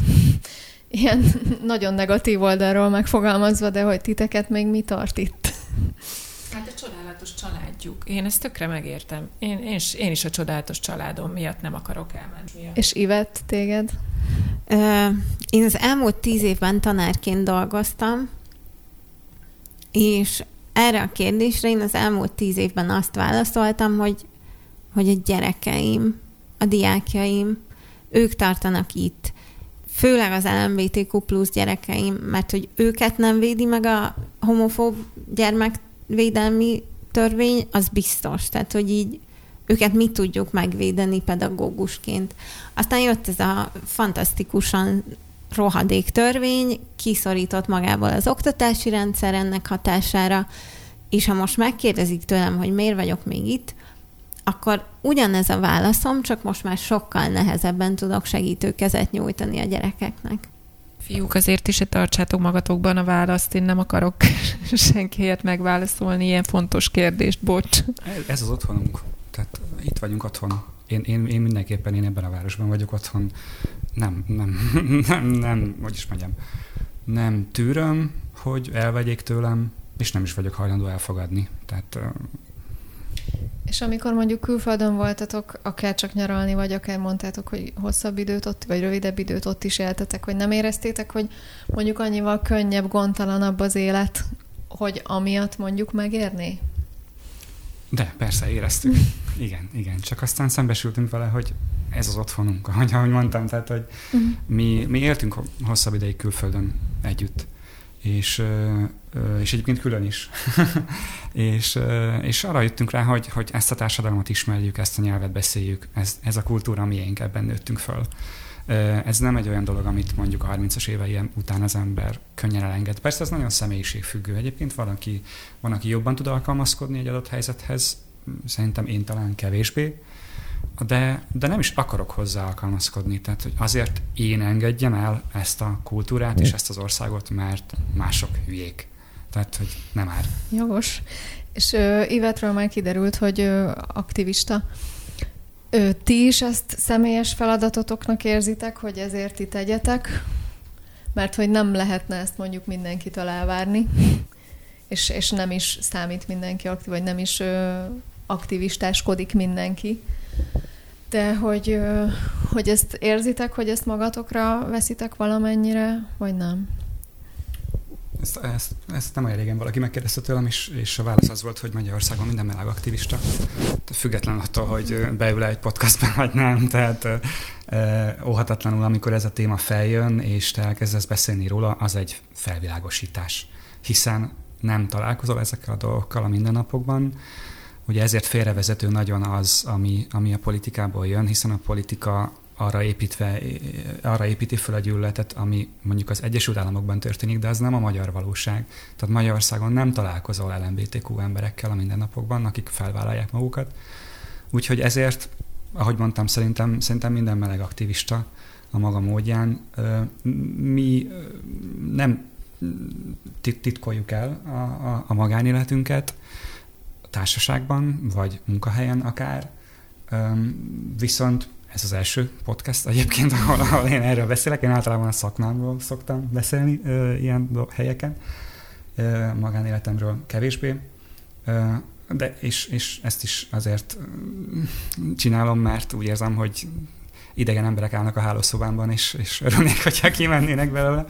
ilyen nagyon negatív oldalról megfogalmazva, de hogy titeket még mi tart itt? Hát a csodálatos családjuk. Én ezt tökre megértem. Én, én, is, én is a csodálatos családom miatt nem akarok elmenni. És Ivett, téged? Én az elmúlt tíz évben tanárként dolgoztam, és erre a kérdésre én az elmúlt tíz évben azt válaszoltam, hogy, hogy a gyerekeim, a diákjaim, ők tartanak itt. Főleg az el em bé té kú plusz gyerekeim, mert hogy őket nem védi meg a homofób gyermekvédelmi törvény, az biztos. Tehát, hogy így őket mi tudjuk megvédeni pedagógusként. Aztán jött ez a fantasztikusan rohadék törvény kiszorított magából az oktatási rendszer ennek hatására, és ha most megkérdezik tőlem, hogy miért vagyok még itt, akkor ugyanez a válaszom, csak most már sokkal nehezebben tudok segítőkezet nyújtani a gyerekeknek. Fiúk, azért is tartsátok magatokban a választ, én nem akarok senki helyett megválaszolni ilyen fontos kérdést, bocs. Ez az otthonunk. Tehát itt vagyunk otthon. Én, én, én mindenképpen én ebben a városban vagyok otthon. Nem, nem, nem, nem, hogy is mondjam, nem tűröm, hogy elvegyék tőlem, és nem is vagyok hajlandó elfogadni. Tehát... És amikor mondjuk külföldön voltatok, akár csak nyaralni, vagy akár mondtátok, hogy hosszabb időt ott, vagy rövidebb időt ott is éltetek, hogy nem éreztétek, hogy mondjuk annyival könnyebb, gondtalanabb az élet, hogy amiatt mondjuk megérné? De persze, éreztük. Igen, igen. Csak aztán szembesültünk vele, hogy ez az otthonunk, ahogy, ahogy mondtam. Tehát, hogy uh-huh. mi, mi éltünk hosszabb ideig külföldön együtt. És, és egyébként külön is. és, és arra jöttünk rá, hogy, hogy ezt a társadalmat ismerjük, ezt a nyelvet beszéljük, ez, ez a kultúra miénk, ebben nőttünk föl. Ez nem egy olyan dolog, amit mondjuk a harmincas évei után az ember könnyen elenged. Persze ez nagyon személyiségfüggő. Egyébként valaki, van, aki jobban tud alkalmazkodni egy adott helyzethez, szerintem én talán kevésbé, de, de nem is akarok hozzá alkalmazkodni. Tehát, hogy azért én engedjem el ezt a kultúrát és ezt az országot, mert mások hülyék. Tehát, hogy nem már. Jogos. És uh, Ivetről már kiderült, hogy uh, aktivista. Ö, ti is ezt személyes feladatotoknak érzitek, hogy ezért itt tegyetek? Mert hogy nem lehetne ezt mondjuk mindenkitől elvárni, és, és nem is számít mindenki aktív, vagy nem is ö, aktivistáskodik mindenki. De hogy, ö, hogy ezt érzitek, hogy ezt magatokra veszitek valamennyire, vagy nem? Ezt, ezt, ezt nem olyan régen valaki megkérdezte tőlem, és, és a válasz az volt, hogy Magyarországon minden meleg aktivista. Független attól, hogy beül egy podcastban, vagy nem. Tehát eh, óhatatlanul, amikor ez a téma feljön, és te elkezdesz beszélni róla, az egy felvilágosítás. Hiszen nem találkozol ezekkel a dolgokkal a mindennapokban. Ugye ezért félrevezető nagyon az, ami, ami a politikából jön, hiszen a politika arra építve, arra építi fel a gyűlöletet, ami mondjuk az Egyesült Államokban történik, de az nem a magyar valóság. Tehát Magyarországon nem találkozol el em bé té kú emberekkel a mindennapokban, akik felvállalják magukat. Úgyhogy ezért, ahogy mondtam, szerintem, szerintem minden meleg aktivista a maga módján. Mi nem titkoljuk el a, a, a magánéletünket a társaságban, vagy munkahelyen akár, viszont ez az első podcast egyébként, ahol, ahol én erről beszélek. Én általában a szakmámról szoktam beszélni ö, ilyen helyeken, ö, magánéletemről kevésbé, ö, de és, és ezt is azért csinálom, mert úgy érzem, hogy idegen emberek állnak a hálószobámban, és, és örülnék, hogyha kimennének belőle.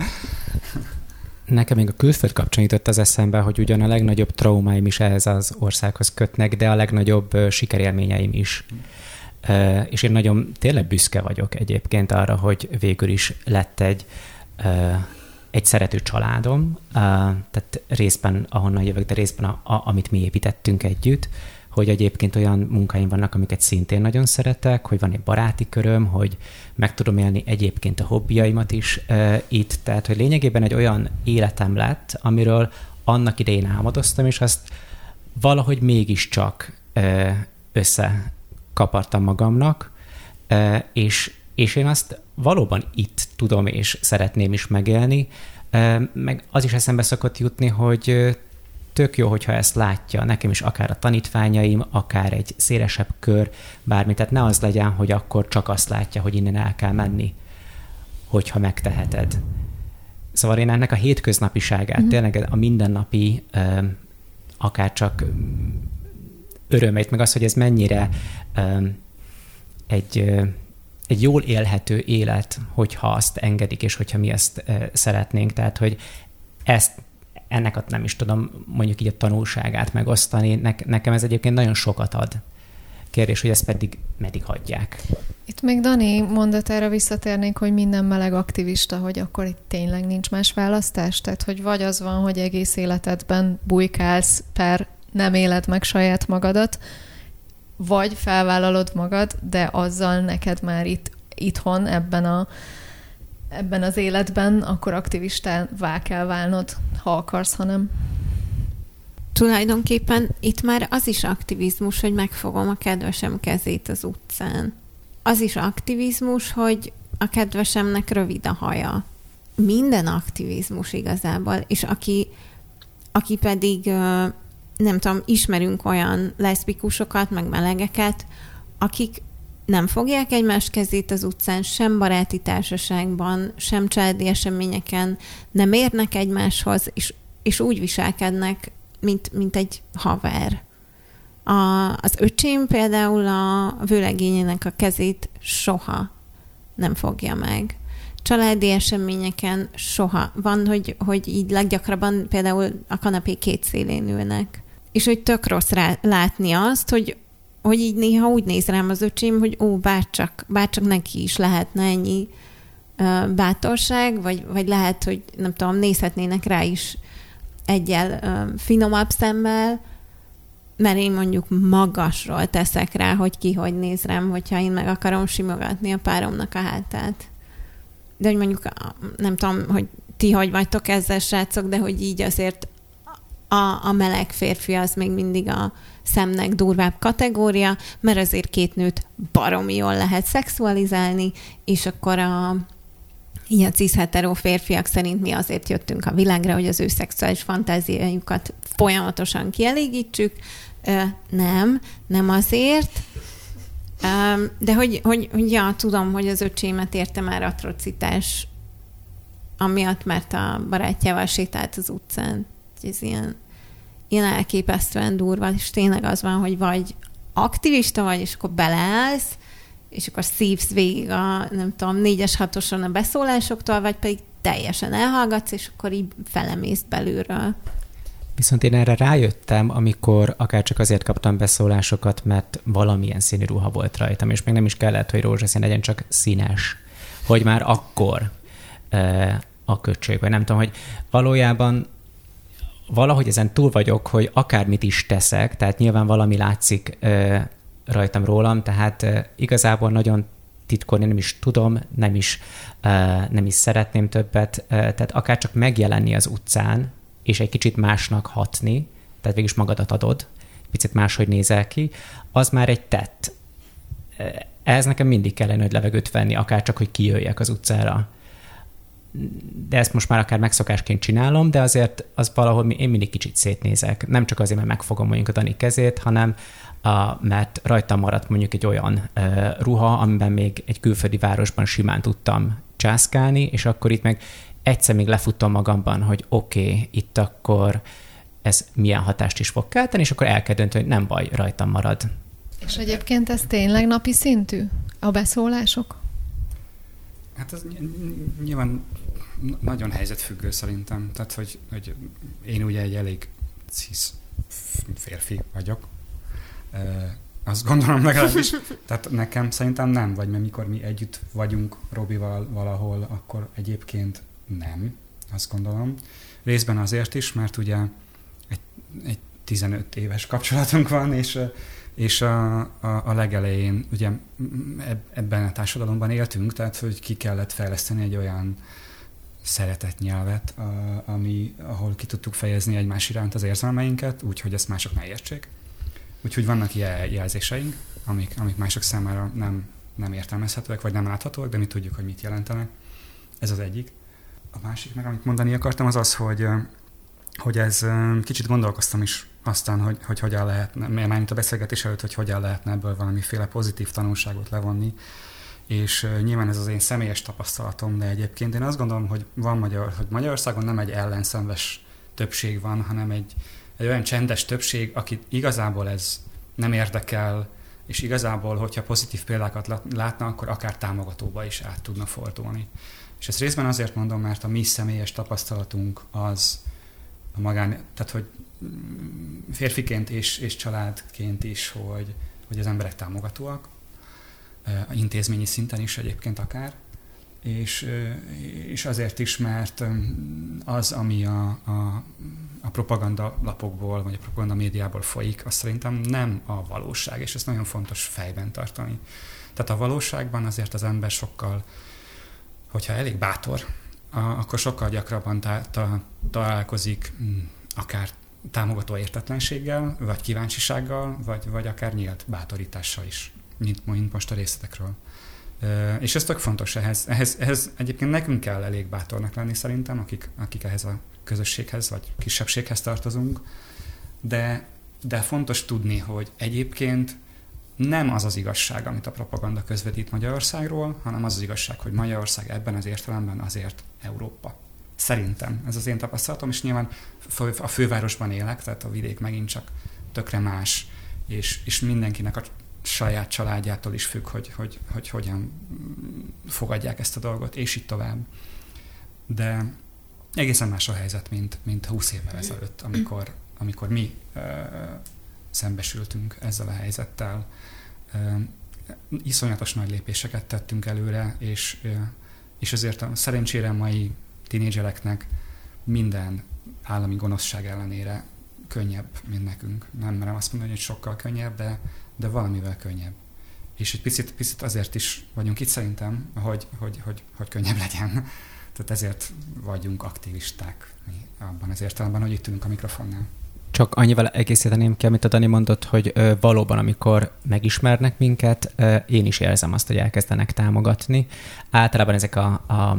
Nekem még a külföld kapcsán jutott az eszembe, hogy ugyan a legnagyobb traumáim is ehhez az országhoz kötnek, de a legnagyobb sikerélményeim is. Uh, és én nagyon tényleg büszke vagyok egyébként arra, hogy végül is lett egy, uh, egy szerető családom, uh, tehát részben ahonnan jövök, de részben a, a, amit mi építettünk együtt, hogy egyébként olyan munkáim vannak, amiket szintén nagyon szeretek, hogy van egy baráti köröm, hogy meg tudom élni egyébként a hobbiaimat is uh, itt, tehát hogy lényegében egy olyan életem lett, amiről annak idején álmodoztam, és azt valahogy mégiscsak uh, össze kapartam magamnak, és, és én azt valóban itt tudom és szeretném is megélni, meg az is eszembe szokott jutni, hogy tök jó, hogyha ezt látja nekem is akár a tanítványaim, akár egy szélesebb kör, bármi, tehát ne az legyen, hogy akkor csak azt látja, hogy innen el kell menni, hogyha megteheted. Szóval én ennek a hétköznapiságát, mm-hmm. tényleg a mindennapi, akár csak örömeit, meg az, hogy ez mennyire um, egy, uh, egy jól élhető élet, hogyha azt engedik, és hogyha mi ezt uh, szeretnénk. Tehát, hogy ezt, ennek a, nem is tudom, mondjuk így a tanulságát megosztani, ne, nekem ez egyébként nagyon sokat ad. Kérdés, hogy ezt pedig meddig hagyják. Itt még Dani mondatára visszatérnék, hogy minden meleg aktivista, hogy akkor itt tényleg nincs más választás? Tehát, hogy vagy az van, hogy egész életedben bujkálsz per nem éled meg saját magadat, vagy felvállalod magad, de azzal neked már itt, itthon, ebben a ebben az életben, akkor aktivistává kell válnod, ha akarsz, ha nem. Tulajdonképpen itt már az is aktivizmus, hogy megfogom a kedvesem kezét az utcán. Az is aktivizmus, hogy a kedvesemnek rövid a haja. Minden aktivizmus igazából, és aki, aki pedig, nem tudom, ismerünk olyan leszbikusokat, meg melegeket, akik nem fogják egymás kezét az utcán, sem baráti társaságban, sem családi eseményeken, nem érnek egymáshoz, és, és úgy viselkednek, mint, mint egy haver. A, az öcsém például a vőlegényének a kezét soha nem fogja meg. Családi eseményeken soha. Van, hogy, hogy így leggyakrabban például a kanapé két szélén ülnek. És hogy tök rossz rá, látni azt, hogy, hogy így néha úgy néz rám az öcsém, hogy ó, bárcsak, bárcsak neki is lehetne ennyi uh, bátorság, vagy, vagy lehet, hogy nem tudom, nézhetnének rá is egyel uh, finomabb szemmel, mert én mondjuk magasról teszek rá, hogy ki hogy néz rám, hogyha én meg akarom simogatni a páromnak a hátát. De hogy mondjuk, nem tudom, hogy ti hogy vagytok ezzel, srácok, de hogy így azért a, a meleg férfi az még mindig a szemnek durvább kategória, mert azért két nőt baromi jól lehet szexualizálni, és akkor a ilyen cis-hetero férfiak szerint mi azért jöttünk a világra, hogy az ő szexuális fantáziájukat folyamatosan kielégítsük. Ö, nem, nem azért. Ö, de hogy, hogy, hogy ja, tudom, hogy az öcsémet érte már atrocitás amiatt, mert a barátjával sétált az utcán. Ez ilyen, ilyen elképesztően durva, és tényleg az van, hogy vagy aktivista vagy, és akkor beleállsz, és akkor szívsz végig a, nem tudom, négyes, hatoson a beszólásoktól, vagy pedig teljesen elhallgatsz, és akkor így felemész belülről. Viszont én erre rájöttem, amikor akár csak azért kaptam beszólásokat, mert valamilyen színű ruha volt rajtam, és még nem is kellett, hogy rózsaszín legyen, csak színes. Hogy már akkor e, a köcsög, vagy nem tudom, hogy valójában valahogy ezen túl vagyok, hogy akármit is teszek, tehát nyilván valami látszik e, rajtam rólam, tehát e, igazából nagyon titkolni nem is tudom, nem is, e, nem is szeretném többet, e, tehát akár csak megjelenni az utcán, és egy kicsit másnak hatni, tehát végülis magadat adod, picit máshogy nézel ki, az már egy tett. Ehhez nekem mindig kellene, hogy levegőt venni, akár csak, hogy kijöjjek az utcára. De ezt most már akár megszokásként csinálom, de azért az valahol én mindig kicsit szétnézek. Nem csak azért, mert megfogom mondjuk a Dani kezét, hanem a, mert rajtam maradt mondjuk egy olyan uh, ruha, amiben még egy külföldi városban simán tudtam császkálni, és akkor itt meg egyszer még lefuttam magamban, hogy oké, okay, itt akkor ez milyen hatást is fog kelteni, és akkor el kell dönteni, hogy nem baj, rajtam marad. És egyébként ez tényleg napi szintű? A beszólások? Hát ez nyilván nagyon helyzetfüggő szerintem. Tehát, hogy, hogy én ugye egy elég cis férfi vagyok. E, azt gondolom legalábbis. Tehát nekem szerintem nem, vagy mert mikor mi együtt vagyunk Robival valahol, akkor egyébként nem, azt gondolom. Részben azért is, mert ugye egy, egy tizenöt éves kapcsolatunk van, és, és a, a, a legelején ugye ebben a társadalomban éltünk, tehát hogy ki kellett fejleszteni egy olyan szeretett nyelvet, a, ami, ahol ki tudtuk fejezni egymás iránt az érzelmeinket, úgyhogy ezt mások ne értsék. Úgyhogy vannak jel, jelzéseink, amik, amik mások számára nem, nem értelmezhetőek, vagy nem láthatóak, de mi tudjuk, hogy mit jelentenek. Ez az egyik. A másik meg, amit mondani akartam, az az, hogy, hogy ez kicsit gondolkoztam is aztán, hogy, hogy hogyan lehetne, mármint a beszélgetés előtt, hogy hogyan lehetne ebből valamiféle pozitív tanulságot levonni. És nyilván ez az én személyes tapasztalatom, de egyébként én azt gondolom, hogy van Magyar, hogy Magyarországon nem egy ellenszenves többség van, hanem egy, egy olyan csendes többség, akit igazából ez nem érdekel, és igazából, hogyha pozitív példákat látna, akkor akár támogatóba is át tudna fordulni. És ezt részben azért mondom, mert a mi személyes tapasztalatunk az a magán, tehát hogy férfiként és, és családként is, hogy, hogy az emberek támogatóak, a intézményi szinten is egyébként akár, és, és azért is, mert az, ami a, a, a propaganda lapokból, vagy a propaganda médiából folyik, az szerintem nem a valóság, és ezt nagyon fontos fejben tartani. Tehát a valóságban azért az ember sokkal hogyha elég bátor, akkor sokkal gyakrabban ta- ta- találkozik akár támogató értetlenséggel, vagy kíváncsisággal, vagy, vagy akár nyílt bátorítással is, mint, mint most a részletekről. És ez tök fontos, ehhez, ehhez, ehhez egyébként nekünk kell elég bátornak lenni szerintem, akik, akik ehhez a közösséghez vagy kisebbséghez tartozunk, de, de fontos tudni, hogy egyébként nem az az igazság, amit a propaganda közvetít Magyarországról, hanem az az igazság, hogy Magyarország ebben az értelemben azért Európa. Szerintem. Ez az én tapasztalatom, és nyilván a fővárosban élek, tehát a vidék megint csak tökre más, és, és mindenkinek a saját családjától is függ, hogy, hogy, hogy hogyan fogadják ezt a dolgot, és így tovább. De egészen más a helyzet, mint, mint húsz évvel ezelőtt, amikor, amikor mi uh, szembesültünk ezzel a helyzettel. Uh, iszonyatos nagy lépéseket tettünk előre, és, uh, és ezért a szerencsére mai tínédzsereknek minden állami gonoszság ellenére könnyebb, mint nekünk. Nem merem azt mondani, hogy sokkal könnyebb, de, de valamivel könnyebb. És egy picit, picit azért is vagyunk itt szerintem, hogy, hogy, hogy, hogy könnyebb legyen. Tehát ezért vagyunk aktivisták mi abban az értelemben, hogy itt ülünk a mikrofonnál. Csak annyival egészíteném ki, amit a Dani mondott, hogy ö, valóban, amikor megismernek minket, ö, én is érzem azt, hogy elkezdenek támogatni. Általában ezek a, a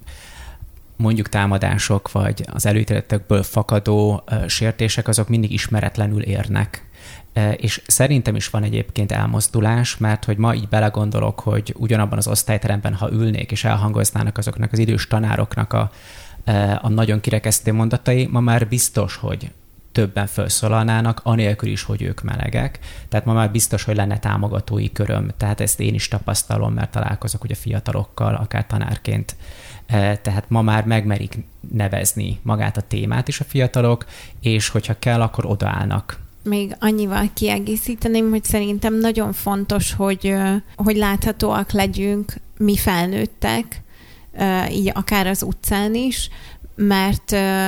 mondjuk támadások, vagy az előítéletekből fakadó ö, sértések, azok mindig ismeretlenül érnek. E, és szerintem is van egyébként elmozdulás, mert hogy ma így belegondolok, hogy ugyanabban az osztályteremben, ha ülnék és elhangoznának azoknak az idős tanároknak a, a nagyon kirekesztő mondatai, ma már biztos, hogy többen felszólalnának, anélkül is, hogy ők melegek. Tehát ma már biztos, hogy lenne támogatói köröm. Tehát ezt én is tapasztalom, mert találkozok ugye fiatalokkal, akár tanárként. Tehát ma már megmerik nevezni magát a témát is a fiatalok, és hogyha kell, akkor odaállnak. Még annyival kiegészíteném, hogy szerintem nagyon fontos, hogy, hogy láthatóak legyünk mi felnőttek, így akár az utcán is, mert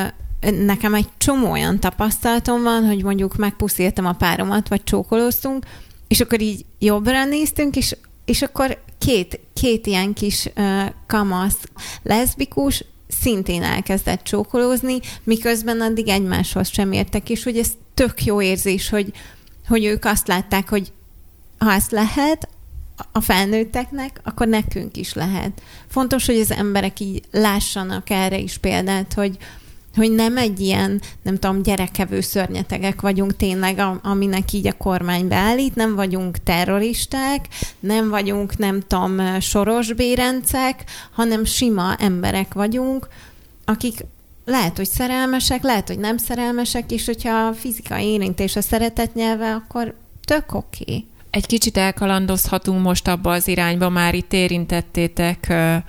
nekem egy csomó olyan tapasztalatom van, hogy mondjuk megpuszíltam a páromat, vagy csókolóztunk, és akkor így jobbra néztünk, és, és akkor két, két ilyen kis kamasz leszbikus szintén elkezdett csókolózni, miközben addig egymáshoz sem értek, és hogy ez tök jó érzés, hogy, hogy ők azt látták, hogy ha ezt lehet a felnőtteknek, akkor nekünk is lehet. Fontos, hogy az emberek így lássanak erre is példát, hogy, hogy nem egy ilyen, nem tudom, gyerekevő szörnyetegek vagyunk tényleg, aminek így a kormány beállít, nem vagyunk terroristák, nem vagyunk, nem tudom, sorosbérencek, hanem sima emberek vagyunk, akik lehet, hogy szerelmesek, lehet, hogy nem szerelmesek, és hogyha a fizikai érintés a szeretet nyelve, akkor tök oké. Okay. Egy kicsit elkalandozhatunk most abba az irányba, már itt érintettétek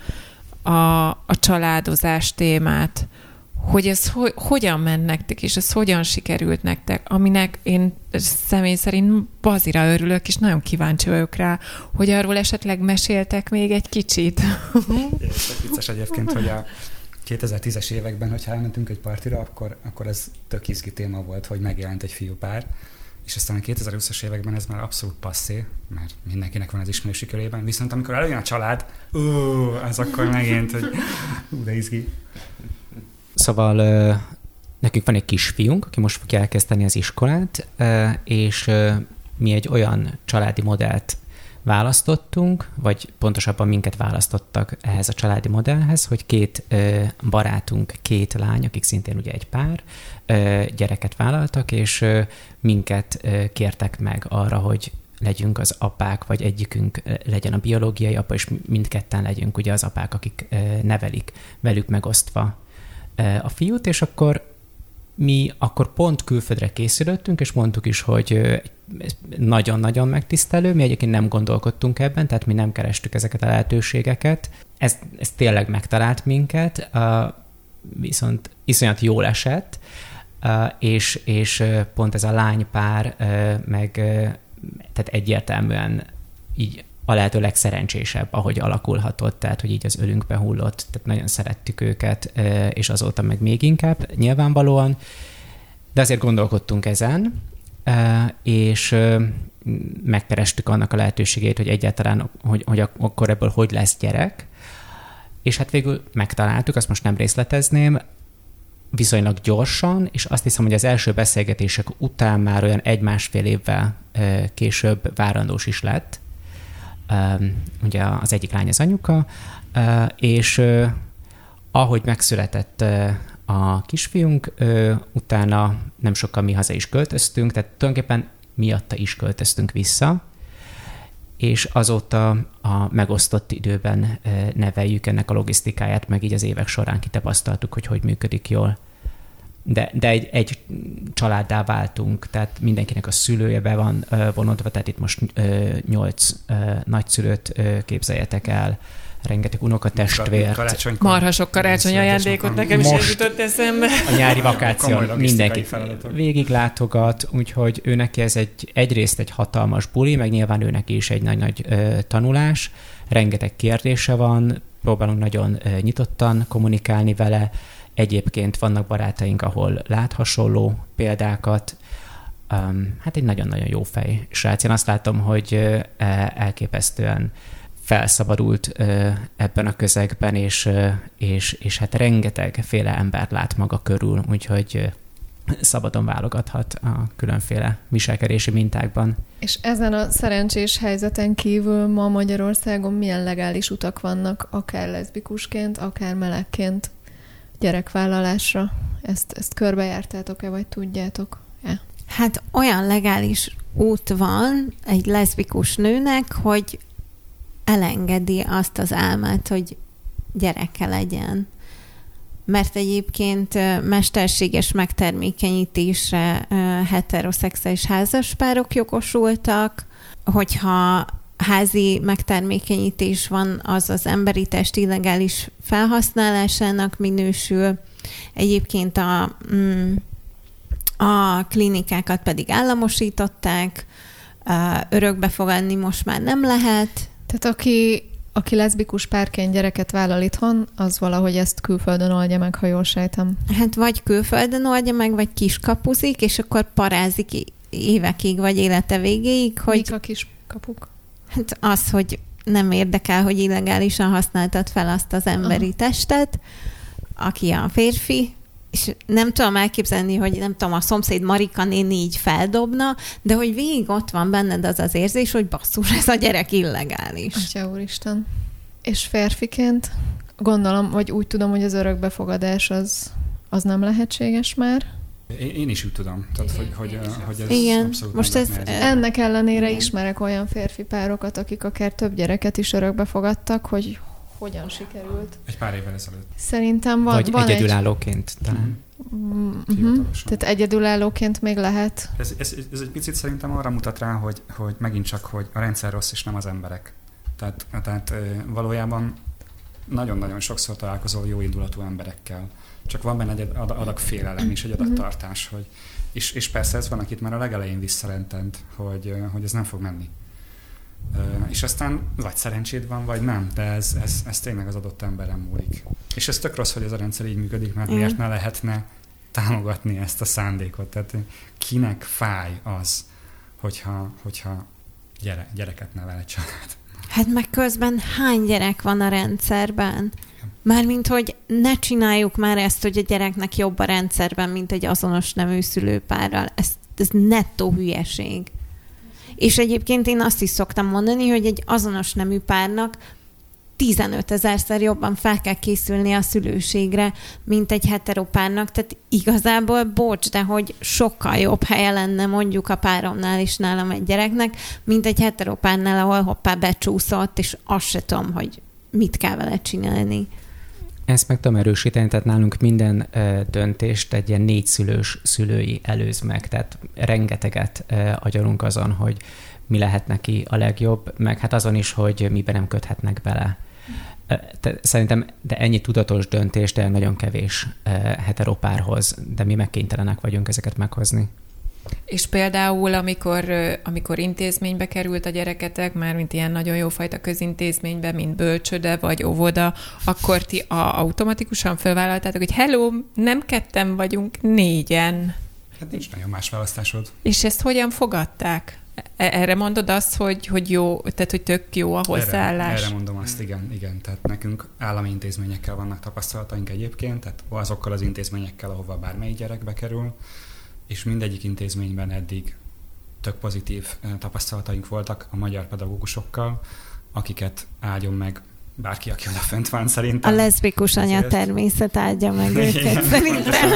a, a családozás témát, hogy ez ho, hogyan ment nektek, és ez hogyan sikerült nektek, aminek én személy szerint bazira örülök, és nagyon kíváncsi vagyok rá, hogy arról esetleg meséltek még egy kicsit. Ez vicces egyébként, hogy a kétezer-tízes években, hogyha elmentünk egy partira, akkor, akkor ez tök izgi téma volt, hogy megjelent egy fiúpár, és aztán a kétezer-húszas években ez már abszolút passzé, mert mindenkinek van az ismerősi körében, viszont amikor előjön a család, ó, az akkor megint, hogy ú, de izgi. Szóval nekünk van egy kisfiunk, aki most fogja elkezdeni az iskolát, és mi egy olyan családi modellt választottunk, vagy pontosabban minket választottak ehhez a családi modellhez, hogy két barátunk, két lány, akik szintén ugye egy pár, gyereket vállaltak, és minket kértek meg arra, hogy legyünk az apák, vagy egyikünk legyen a biológiai apa, és mindketten legyünk ugye az apák, akik nevelik, velük megosztva a fiút, és akkor mi akkor pont külföldre készülöttünk, és mondtuk is, hogy nagyon-nagyon megtisztelő, mi egyébként nem gondolkodtunk ebben, tehát mi nem kerestük ezeket a lehetőségeket. Ez, ez tényleg megtalált minket, viszont iszonyat jól esett, és, és pont ez a lánypár meg tehát egyértelműen így a lehető legszerencsésebb, ahogy alakulhatott, tehát hogy így az ölünkbe hullott, tehát nagyon szerettük őket, és azóta meg még inkább nyilvánvalóan, de azért gondolkodtunk ezen, és megkerestük annak a lehetőségét, hogy egyáltalán, hogy, hogy akkor ebből hogy lesz gyerek, és hát végül megtaláltuk, azt most nem részletezném, viszonylag gyorsan, és azt hiszem, hogy az első beszélgetések után már olyan egy-másfél évvel később várandós is lett. Ugye az egyik lány az anyuka, és ahogy megszületett a kisfiunk, utána nem sokkal mi haza is költöztünk, tehát tulajdonképpen miatta is költöztünk vissza, és azóta a megosztott időben neveljük ennek a logisztikáját, meg így az évek során kitapasztaltuk, hogy hogy működik jól. De, de egy, egy családdá váltunk, tehát mindenkinek a szülője be van vonodva, tehát itt most nyolc nagyszülőt képzeljetek el, rengeteg unokatestvért. Marha sok karácsony ajándékot, nekem is ez jutott eszembe. A nyári vakáción mindenki végiglátogat, úgyhogy ő neki ez egy, egyrészt egy hatalmas buli, meg nyilván ő neki is egy nagy-nagy ö, tanulás. Rengeteg kérdése van, próbálunk nagyon ö, nyitottan kommunikálni vele. Egyébként vannak barátaink, ahol lát hasonló példákat. Um, hát egy nagyon-nagyon jó fej srác. Én azt látom, hogy ö, elképesztően felszabadult ö, ebben a közegben, és, ö, és, és hát rengetegféle embert lát maga körül, úgyhogy ö, szabadon válogathat a különféle viselkedési mintákban. És ezen a szerencsés helyzeten kívül ma Magyarországon milyen legális utak vannak, akár leszbikusként, akár melegként gyerekvállalásra? Ezt, ezt körbejártátok-e, vagy tudjátok-e? Hát olyan legális út van egy leszbikus nőnek, hogy elengedi azt az álmát, hogy gyereke legyen. Mert egyébként mesterséges megtermékenyítésre heteroszexuális házaspárok jogosultak, hogyha házi megtermékenyítés van, az az emberi test illegális felhasználásának minősül. Egyébként a, a klinikákat pedig államosították, örökbe fogadni most már nem lehet. Tehát aki, aki leszbikus párként gyereket vállal itthon, az valahogy ezt külföldön oldja meg, ha jól sejtem. Hát vagy külföldön oldja meg, vagy kiskapuzik, és akkor parázik évekig, vagy élete végéig. Hogy... Mik a kiskapuk? Hát az, hogy nem érdekel, hogy illegálisan használtad fel azt az emberi Aha. testet, aki a férfi, és nem tudom elképzelni, hogy nem tudom, a szomszéd Marika néni így feldobna, de hogy végig ott van benned az az érzés, hogy basszus, ez a gyerek illegális. Atya úristen. És férfiként gondolom, vagy úgy tudom, hogy az örökbefogadás az, az nem lehetséges már. Én, én is úgy tudom, tehát, hogy, hogy, hogy ez Igen. abszolút Most ez, ennek ellenére Igen. ismerek olyan férfi párokat, akik akár több gyereket is örökbefogadtak, hogy hogyan sikerült. Egy pár évvel ezelőtt. Szerintem van, Vagy van egyedülállóként egy... talán. Uh-huh. Tehát egyedülállóként még lehet. Ez, ez, ez egy picit szerintem arra mutat rá, hogy, hogy megint csak, hogy a rendszer rossz, és nem az emberek. Tehát, tehát valójában nagyon-nagyon sokszor találkozol jó indulatú emberekkel. Csak van benne egy adag félelem és egy adattartás, hogy és, és persze ez van, akit már a legelején visszarentent, hogy, hogy ez nem fog menni. Uh, és aztán vagy szerencséd van, vagy nem, de ez, ez, ez tényleg az adott emberen múlik. És ez tök rossz, hogy ez a rendszer így működik, mert mm. miért ne lehetne támogatni ezt a szándékot? Tehát kinek fáj az, hogyha, hogyha gyere, gyereket nevel egy család? Hát meg közben hány gyerek van a rendszerben? Mármint, hogy ne csináljuk már ezt, hogy a gyereknek jobb a rendszerben, mint egy azonos nemű szülőpárral. Ez, ez nettó hülyeség. És egyébként én azt is szoktam mondani, hogy egy azonos nemű párnak tizenöt ezerszer jobban fel kell készülni a szülőségre, mint egy heteropárnak. Tehát igazából, bocs, de hogy sokkal jobb helye lenne mondjuk a páromnál is nálam egy gyereknek, mint egy heteropárnál, ahol hoppá becsúszott, és azt se tudom, hogy mit kell vele csinálni. Ezt meg tudom erősíteni, tehát nálunk minden ö, döntést egy ilyen négyszülős szülői előz meg, tehát rengeteget ö, agyalunk azon, hogy mi lehet neki a legjobb, meg hát azon is, hogy miben nem köthetnek bele. Te, szerintem, de ennyi tudatos döntés, de nagyon kevés ö, heteropárhoz, de mi meg kénytelenek vagyunk ezeket meghozni. És például, amikor, amikor intézménybe került a gyereketek, már mint ilyen nagyon jófajta közintézménybe, mint bölcsöde vagy óvoda, akkor ti a, automatikusan felvállaltátok, hogy hello, nem ketten vagyunk, négyen. Hát nincs nagyon más választásod. És ezt hogyan fogadták? Erre mondod azt, hogy, hogy jó, tehát hogy tök jó a hozzáállás? Erre, erre mondom azt, igen, igen. Tehát nekünk állami intézményekkel vannak tapasztalataink egyébként, tehát azokkal az intézményekkel, ahova bármelyik gyerek bekerül, és mindegyik intézményben eddig tök pozitív tapasztalataink voltak a magyar pedagógusokkal, akiket áldjon meg bárki, aki oda fönt van szerintem. A leszbikus anya természet áldja meg őket szerintem.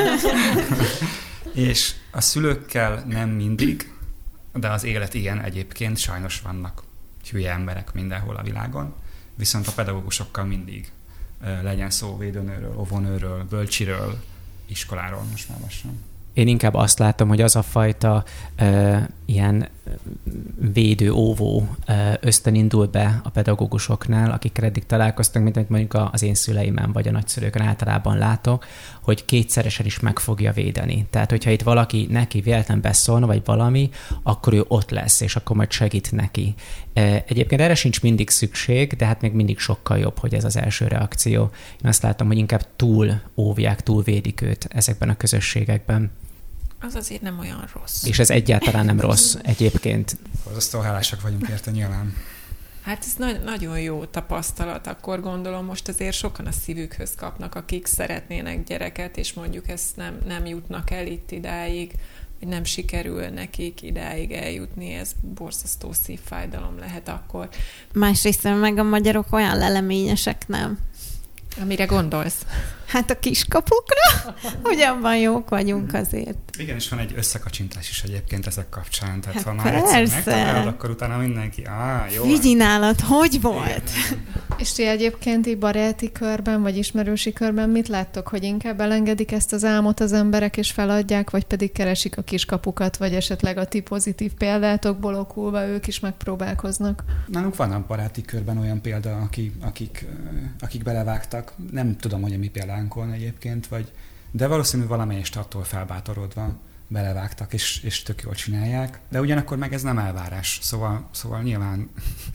És a szülőkkel nem mindig, de az élet ilyen egyébként, sajnos vannak hülye emberek mindenhol a világon, viszont a pedagógusokkal mindig legyen szó védőnőről, óvónőről, bölcsiről, iskoláról most már lassan. Én inkább azt látom, hogy az a fajta ö, ilyen védő, óvó ö, ösztön indul be a pedagógusoknál, akikkel eddig találkoztunk, mint amit mondjuk az én szüleimen vagy a nagyszülőkön általában látok, hogy kétszeresen is meg fogja védeni. Tehát, hogyha itt valaki neki véletlen beszólna, vagy valami, akkor ő ott lesz, és akkor majd segít neki. Egyébként erre sincs mindig szükség, de hát még mindig sokkal jobb, hogy ez az első reakció. Én azt látom, hogy inkább túl óvják, túl védik őt ezekben a közösségekben. Az azért nem olyan rossz. És ez egyáltalán nem rossz egyébként. Aztán hálásak vagyunk érte nyilván. Hát ez na- nagyon jó tapasztalat, akkor gondolom most azért sokan a szívükhöz kapnak, akik szeretnének gyereket, és mondjuk ezt nem, nem jutnak el itt idáig, hogy nem sikerül nekik idáig eljutni, ez borzasztó szívfájdalom lehet akkor. Másrészt meg a magyarok olyan leleményesek, nem? Amire gondolsz? Hát a kiskapukra, hogy abban jók vagyunk azért. Igen, és van egy összekacsintás is egyébként ezek kapcsán. Tehát hát ha már egyszer megtalálod, akkor utána mindenki, á, jó. Figyelj nálad, hogy volt? Igen. És ti egyébként így baráti körben, vagy ismerősi körben mit láttok, hogy inkább elengedik ezt az álmot az emberek, és feladják, vagy pedig keresik a kiskapukat, vagy esetleg a ti pozitív példátokból okulva ők is megpróbálkoznak? Nálunk van a baráti körben olyan példa, aki, akik, akik belevágtak. Nem tudom, hogy a mi példánkon egyébként, vagy, de valószínű valamelyest attól felbátorodva belevágtak, és, és tök jól csinálják. De ugyanakkor meg ez nem elvárás. Szóval, szóval nyilván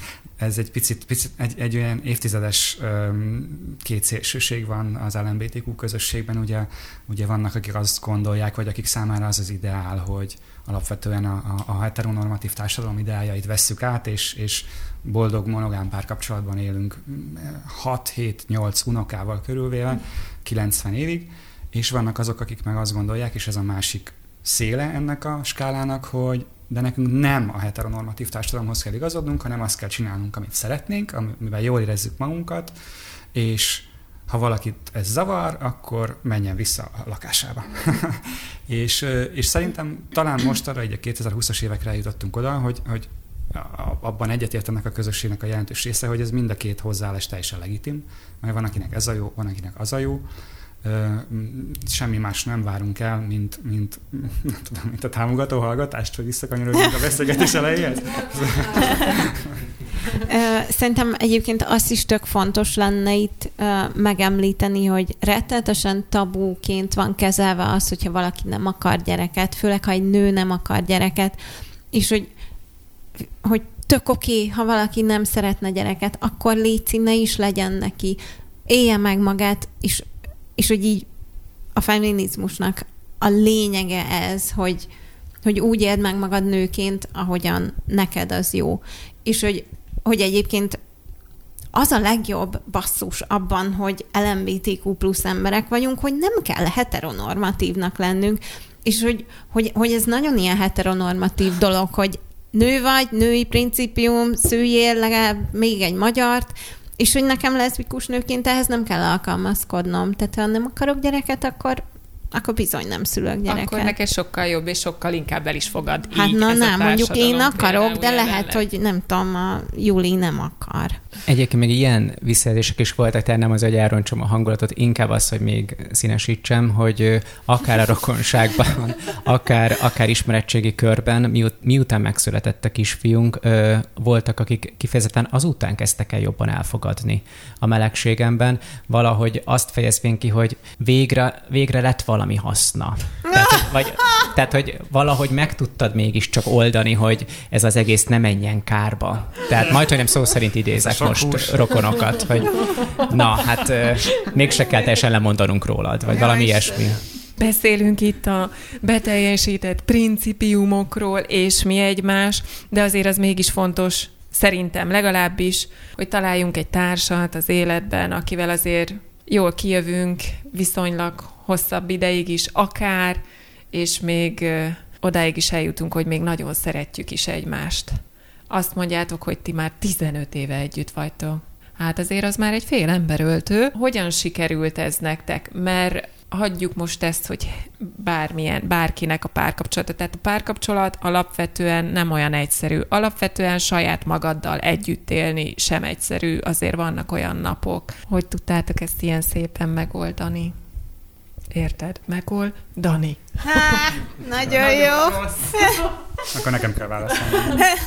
ez egy picit, picit egy, egy olyan évtizedes um, kétszélsőség van az el em bé té kú közösségben. Ugye, ugye vannak, akik azt gondolják, vagy akik számára az az ideál, hogy alapvetően a, a, a heteronormatív társadalom ideájait vesszük át, és, és boldog monogám párkapcsolatban élünk hat hét nyolc unokával körülvéve, kilencven évig, és vannak azok, akik meg azt gondolják, és ez a másik széle ennek a skálának, hogy de nekünk nem a heteronormatív társadalomhoz kell igazodnunk, hanem azt kell csinálnunk, amit szeretnénk, amivel jól érezzük magunkat, és ha valakit ez zavar, akkor menjen vissza a lakásába. és, és szerintem talán most arra, így a kétezer-húszas évekre eljutottunk oda, hogy, hogy abban egyetértenek a közösségnek a jelentős része, hogy ez mind a két hozzáállás teljesen legitim, mert van, akinek ez a jó, van, akinek az a jó. Semmi más nem várunk el, mint, mint, nem tudom, mint a támogató hallgatást, hogy visszakanyarodjunk a beszélgetés elejéhez. Szerintem egyébként azt is tök fontos lenne itt megemlíteni, hogy rettenetesen tabúként van kezelve az, hogyha valaki nem akar gyereket, főleg ha egy nő nem akar gyereket, és hogy, hogy tök oké, ha valaki nem szeretne gyereket, akkor léci, ne is legyen neki, élje meg magát, és És hogy így a feminizmusnak a lényege ez, hogy, hogy úgy éld meg magad nőként, ahogyan neked az jó. És hogy, hogy egyébként az a legjobb basszus abban, hogy el em bé té kú plusz emberek vagyunk, hogy nem kell heteronormatívnak lennünk, és hogy, hogy, hogy ez nagyon ilyen heteronormatív dolog, hogy nő vagy, női principium, szüljél legalább még egy magyart, és hogy nekem leszbikus nőként ehhez nem kell alkalmazkodnom. Tehát ha nem akarok gyereket, akkor, akkor bizony nem szülök gyereket. Akkor neked sokkal jobb, és sokkal inkább el is fogad. Hát így na ez nem, mondjuk én akarok, de jelenleg. lehet, hogy nem tudom, a Júli nem akar. Egyébként még ilyen visszajelzések is voltak, tehát nem az, hogy elrontsam a hangulatot, inkább az, hogy még színesítsem, hogy akár a rokonságban, akár, akár ismeretségi körben, miut, miután megszületett a kisfiunk, voltak, akik kifejezetten azután kezdtek el jobban elfogadni a melegségemben, valahogy azt fejezvén ki, hogy végre, végre lett valami haszna. Tehát, hogy, vagy, tehát, hogy valahogy meg tudtad mégiscsak oldani, hogy ez az egész ne menjen kárba. Tehát majd, hogy nem szó szerint idézek most rokonokat, hogy na, hát mégse kell teljesen lemondanunk rólad, vagy valami ilyesmi. beszélünk itt a beteljesített principiumokról, és mi egymás, de azért az mégis fontos, szerintem legalábbis, hogy találjunk egy társat az életben, akivel azért jól kijövünk, viszonylag hosszabb ideig is akár, és még ö, odáig is eljutunk, hogy még nagyon szeretjük is egymást. Azt mondjátok, hogy ti már tizenöt éve együtt vagytok. Hát azért az már egy fél emberöltő. Hogyan sikerült ez nektek? Mert hagyjuk most ezt, hogy bármilyen, bárkinek a párkapcsolata. Tehát a párkapcsolat alapvetően nem olyan egyszerű. Alapvetően saját magaddal együtt élni sem egyszerű. Azért vannak olyan napok. Hogy tudtátok ezt ilyen szépen megoldani? Érted? Megold? Dani. Há, nagyon jó. Akkor nekem kell válaszolni.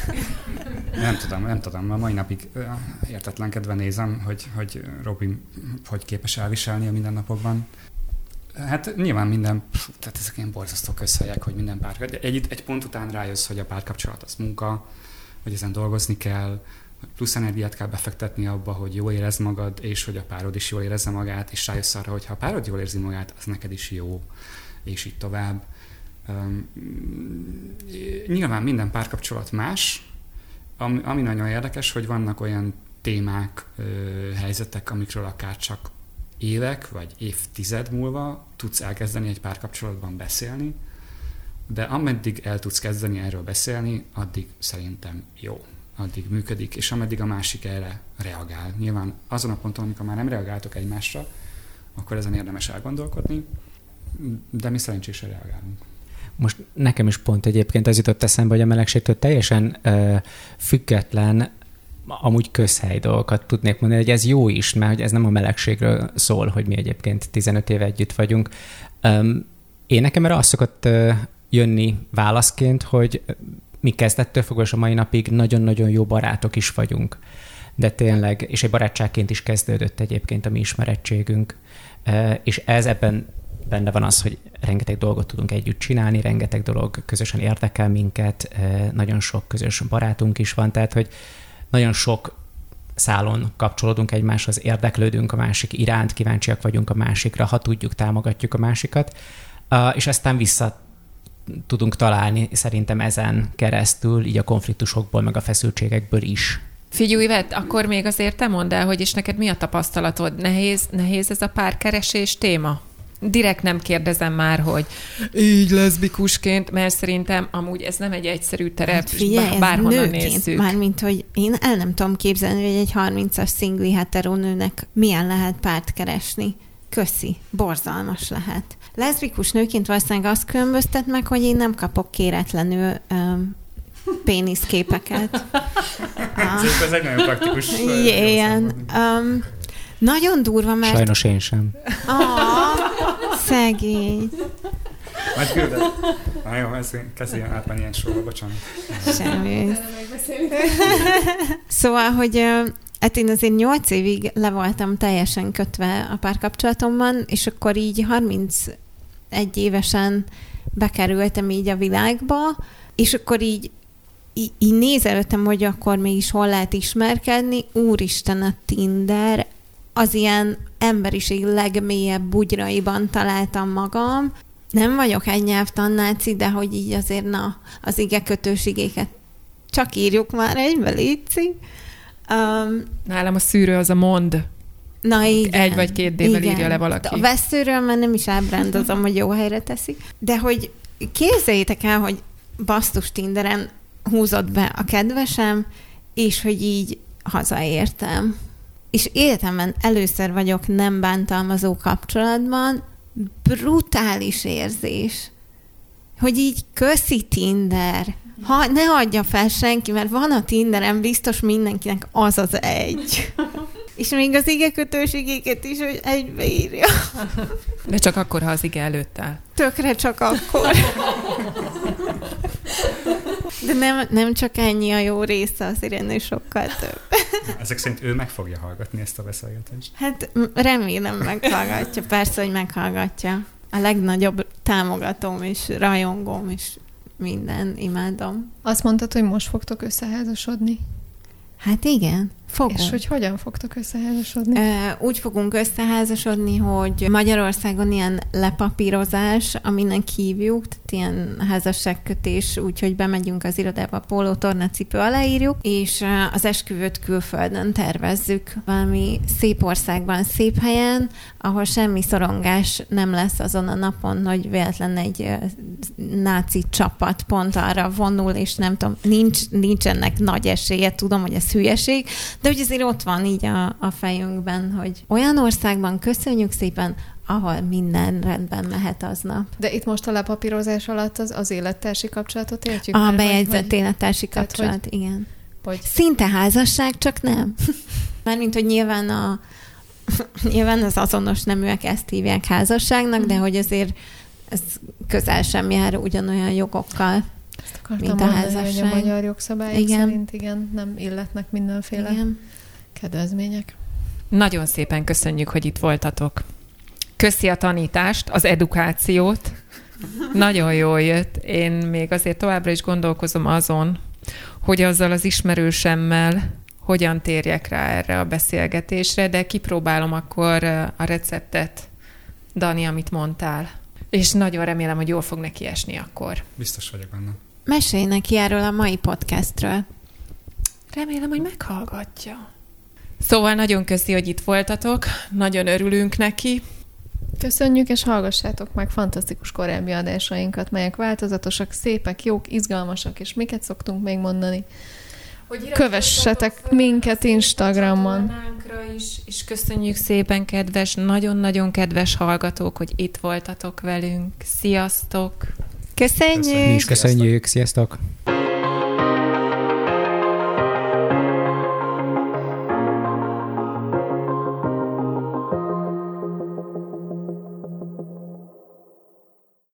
Nem tudom, nem tudom. A mai napig értetlenkedve nézem, hogy, hogy Robi hogy képes elviselni a mindennapokban. Hát nyilván minden, tehát ezek ilyen borzasztó közhelyek, hogy minden pár... Egy, egy pont után rájössz, hogy a párkapcsolat az munka, hogy ezen dolgozni kell, plusz energiát kell befektetni abba, hogy jól érezd magad, és hogy a párod is jól érezze magát, és rájössz arra, hogy ha a párod jól érzi magát, az neked is jó, és így tovább. Um, nyilván minden párkapcsolat más, ami, ami nagyon érdekes, hogy vannak olyan témák, ö, helyzetek, amikről akár csak évek, vagy évtized múlva tudsz elkezdeni egy párkapcsolatban beszélni, de ameddig el tudsz kezdeni erről beszélni, addig szerintem jó, addig működik, és ameddig a másik erre reagál. Nyilván azon a ponton, amikor már nem reagáltok egymásra, akkor ezen érdemes elgondolkodni, de mi szerencsésen reagálunk. Most nekem is pont egyébként az jutott eszembe, hogy a melegségtől teljesen uh, független, amúgy közhely dolgokat tudnék mondani, hogy ez jó is, mert hogy ez nem a melegségről szól, hogy mi egyébként tizenöt éve együtt vagyunk. Um, én nekem erre azt szokott uh, jönni válaszként, hogy mi kezdettől fogva és a mai napig nagyon-nagyon jó barátok is vagyunk. De tényleg, és egy barátságként is kezdődött egyébként a mi ismerettségünk. Uh, és ez ebben benne van az, hogy rengeteg dolgot tudunk együtt csinálni, rengeteg dolog közösen érdekel minket, uh, nagyon sok közös barátunk is van, tehát hogy nagyon sok szálon kapcsolódunk egymáshoz, érdeklődünk a másik iránt, kíváncsiak vagyunk a másikra, ha tudjuk, támogatjuk a másikat, uh, és aztán vissza tudunk találni szerintem ezen keresztül, így a konfliktusokból, meg a feszültségekből is. Figyelj, Ivett, akkor még azért te mondd el, hogy és neked mi a tapasztalatod? Nehéz, nehéz ez a párkeresés téma? Direkt nem kérdezem már, hogy így leszbikusként, mert szerintem amúgy ez nem egy egyszerű terep, hát figyelj, bárhonnan nézzük. Mármint, hogy én el nem tudom képzelni, hogy egy harmincas szingli heteronőnek milyen lehet párt keresni. Köszi, borzalmas lehet. Leszbikus nőként valószínűleg azt különböztet meg, hogy én nem kapok kéretlenül um, péniszképeket. uh, ez egy nagyon praktikus. Igen. Um, nagyon durva, mert... Sajnos én sem. Ah, szegény. Majd küldöd. Na jó, ez kezdj átmenni ilyen sorba, bocsánat. Semmi. Szóval, hogy hát én azért nyolc évig le voltam teljesen kötve a párkapcsolatomban, és akkor így harmincegy évesen bekerültem így a világba, és akkor így így, így nézelődtem, hogy akkor mégis hol lehet ismerkedni. Úristen, a Tinder, az ilyen emberiség legmélyebb bugyraiban találtam magam. Nem vagyok egy nyelvtannáci, de hogy így azért na, az igekötős-igéket csak írjuk már egybe, létszik. Um, Nálam a szűrő az a mond. Na igen. Egy vagy két D-vel igen. írja le valaki. A veszőről már nem is ábrándozom, hogy jó helyre teszik. De hogy képzeljétek el, hogy basztus Tinderen húzott be a kedvesem, és hogy így hazaértem. És életemben először vagyok nem bántalmazó kapcsolatban, brutális érzés, hogy így köszi Tinder, ha, ne adja fel senki, mert van a Tinderen biztos mindenkinek az az egy. És még az igekötős igéket is, hogy egybeírja. De csak akkor, ha az ige előtt áll. Tökre csak akkor. De nem, nem csak ennyi a jó része, azért ennél sokkal több. Ezek szerint ő meg fogja hallgatni ezt a beszélgetést. Hát remélem meghallgatja, persze, hogy meghallgatja. A legnagyobb támogatóm és rajongóm és minden, imádom. Azt mondtad, hogy most fogtok összeházasodni? Hát igen. Fogunk. És hogy hogyan fogtok összeházasodni? Úgy fogunk összeházasodni, hogy Magyarországon ilyen lepapírozás, aminek hívjuk, tehát ilyen házasságkötés, úgyhogy bemegyünk az irodába, póló, tornacipő aláírjuk, és az esküvőt külföldön tervezzük, valami szép országban, szép helyen, ahol semmi szorongás nem lesz azon a napon, hogy véletlen egy náci csapat pont arra vonul, és nem tudom, nincs, nincs ennek nagy esélye, tudom, hogy ez hülyeség, de hogy azért ott van így a, a fejünkben, hogy olyan országban köszönjük szépen, ahol minden rendben mehet aznap. De itt most a lepapírozás alatt az, az élettársi kapcsolatot értjük? A bejegyzett élettársi tehát, kapcsolat, hogy, igen. Hogy... Szinte házasság, csak nem. Mármint, hogy nyilván, a, nyilván az azonos neműek ezt hívják házasságnak, mm. de hogy azért ez közel sem jár ugyanolyan jogokkal, mint a mondani, házasság. hogy a magyar jogszabályok igen. szerint igen, nem illetnek mindenféle igen. kedvezmények. Nagyon szépen köszönjük, hogy itt voltatok. Köszi a tanítást, az edukációt. Nagyon jól jött. Én még azért továbbra is gondolkozom azon, hogy azzal az ismerősemmel hogyan térjek rá erre a beszélgetésre, de kipróbálom akkor a receptet, Dani, amit mondtál. És nagyon remélem, hogy jól fog neki esni akkor. Biztos vagyok benne. Mesélj neki erről a mai podcastről. Remélem, hogy meghallgatja. Szóval nagyon köszi, hogy itt voltatok. Nagyon örülünk neki. Köszönjük, és hallgassátok meg fantasztikus korábbi adásainkat, melyek változatosak, szépek, jók, izgalmasak, és miket szoktunk még mondani. Hogy kövessetek minket Instagramon. Is, és köszönjük szépen, kedves, nagyon-nagyon kedves hallgatók, hogy itt voltatok velünk. Sziasztok! Köszönjük! Mi is köszönjük, sziasztok!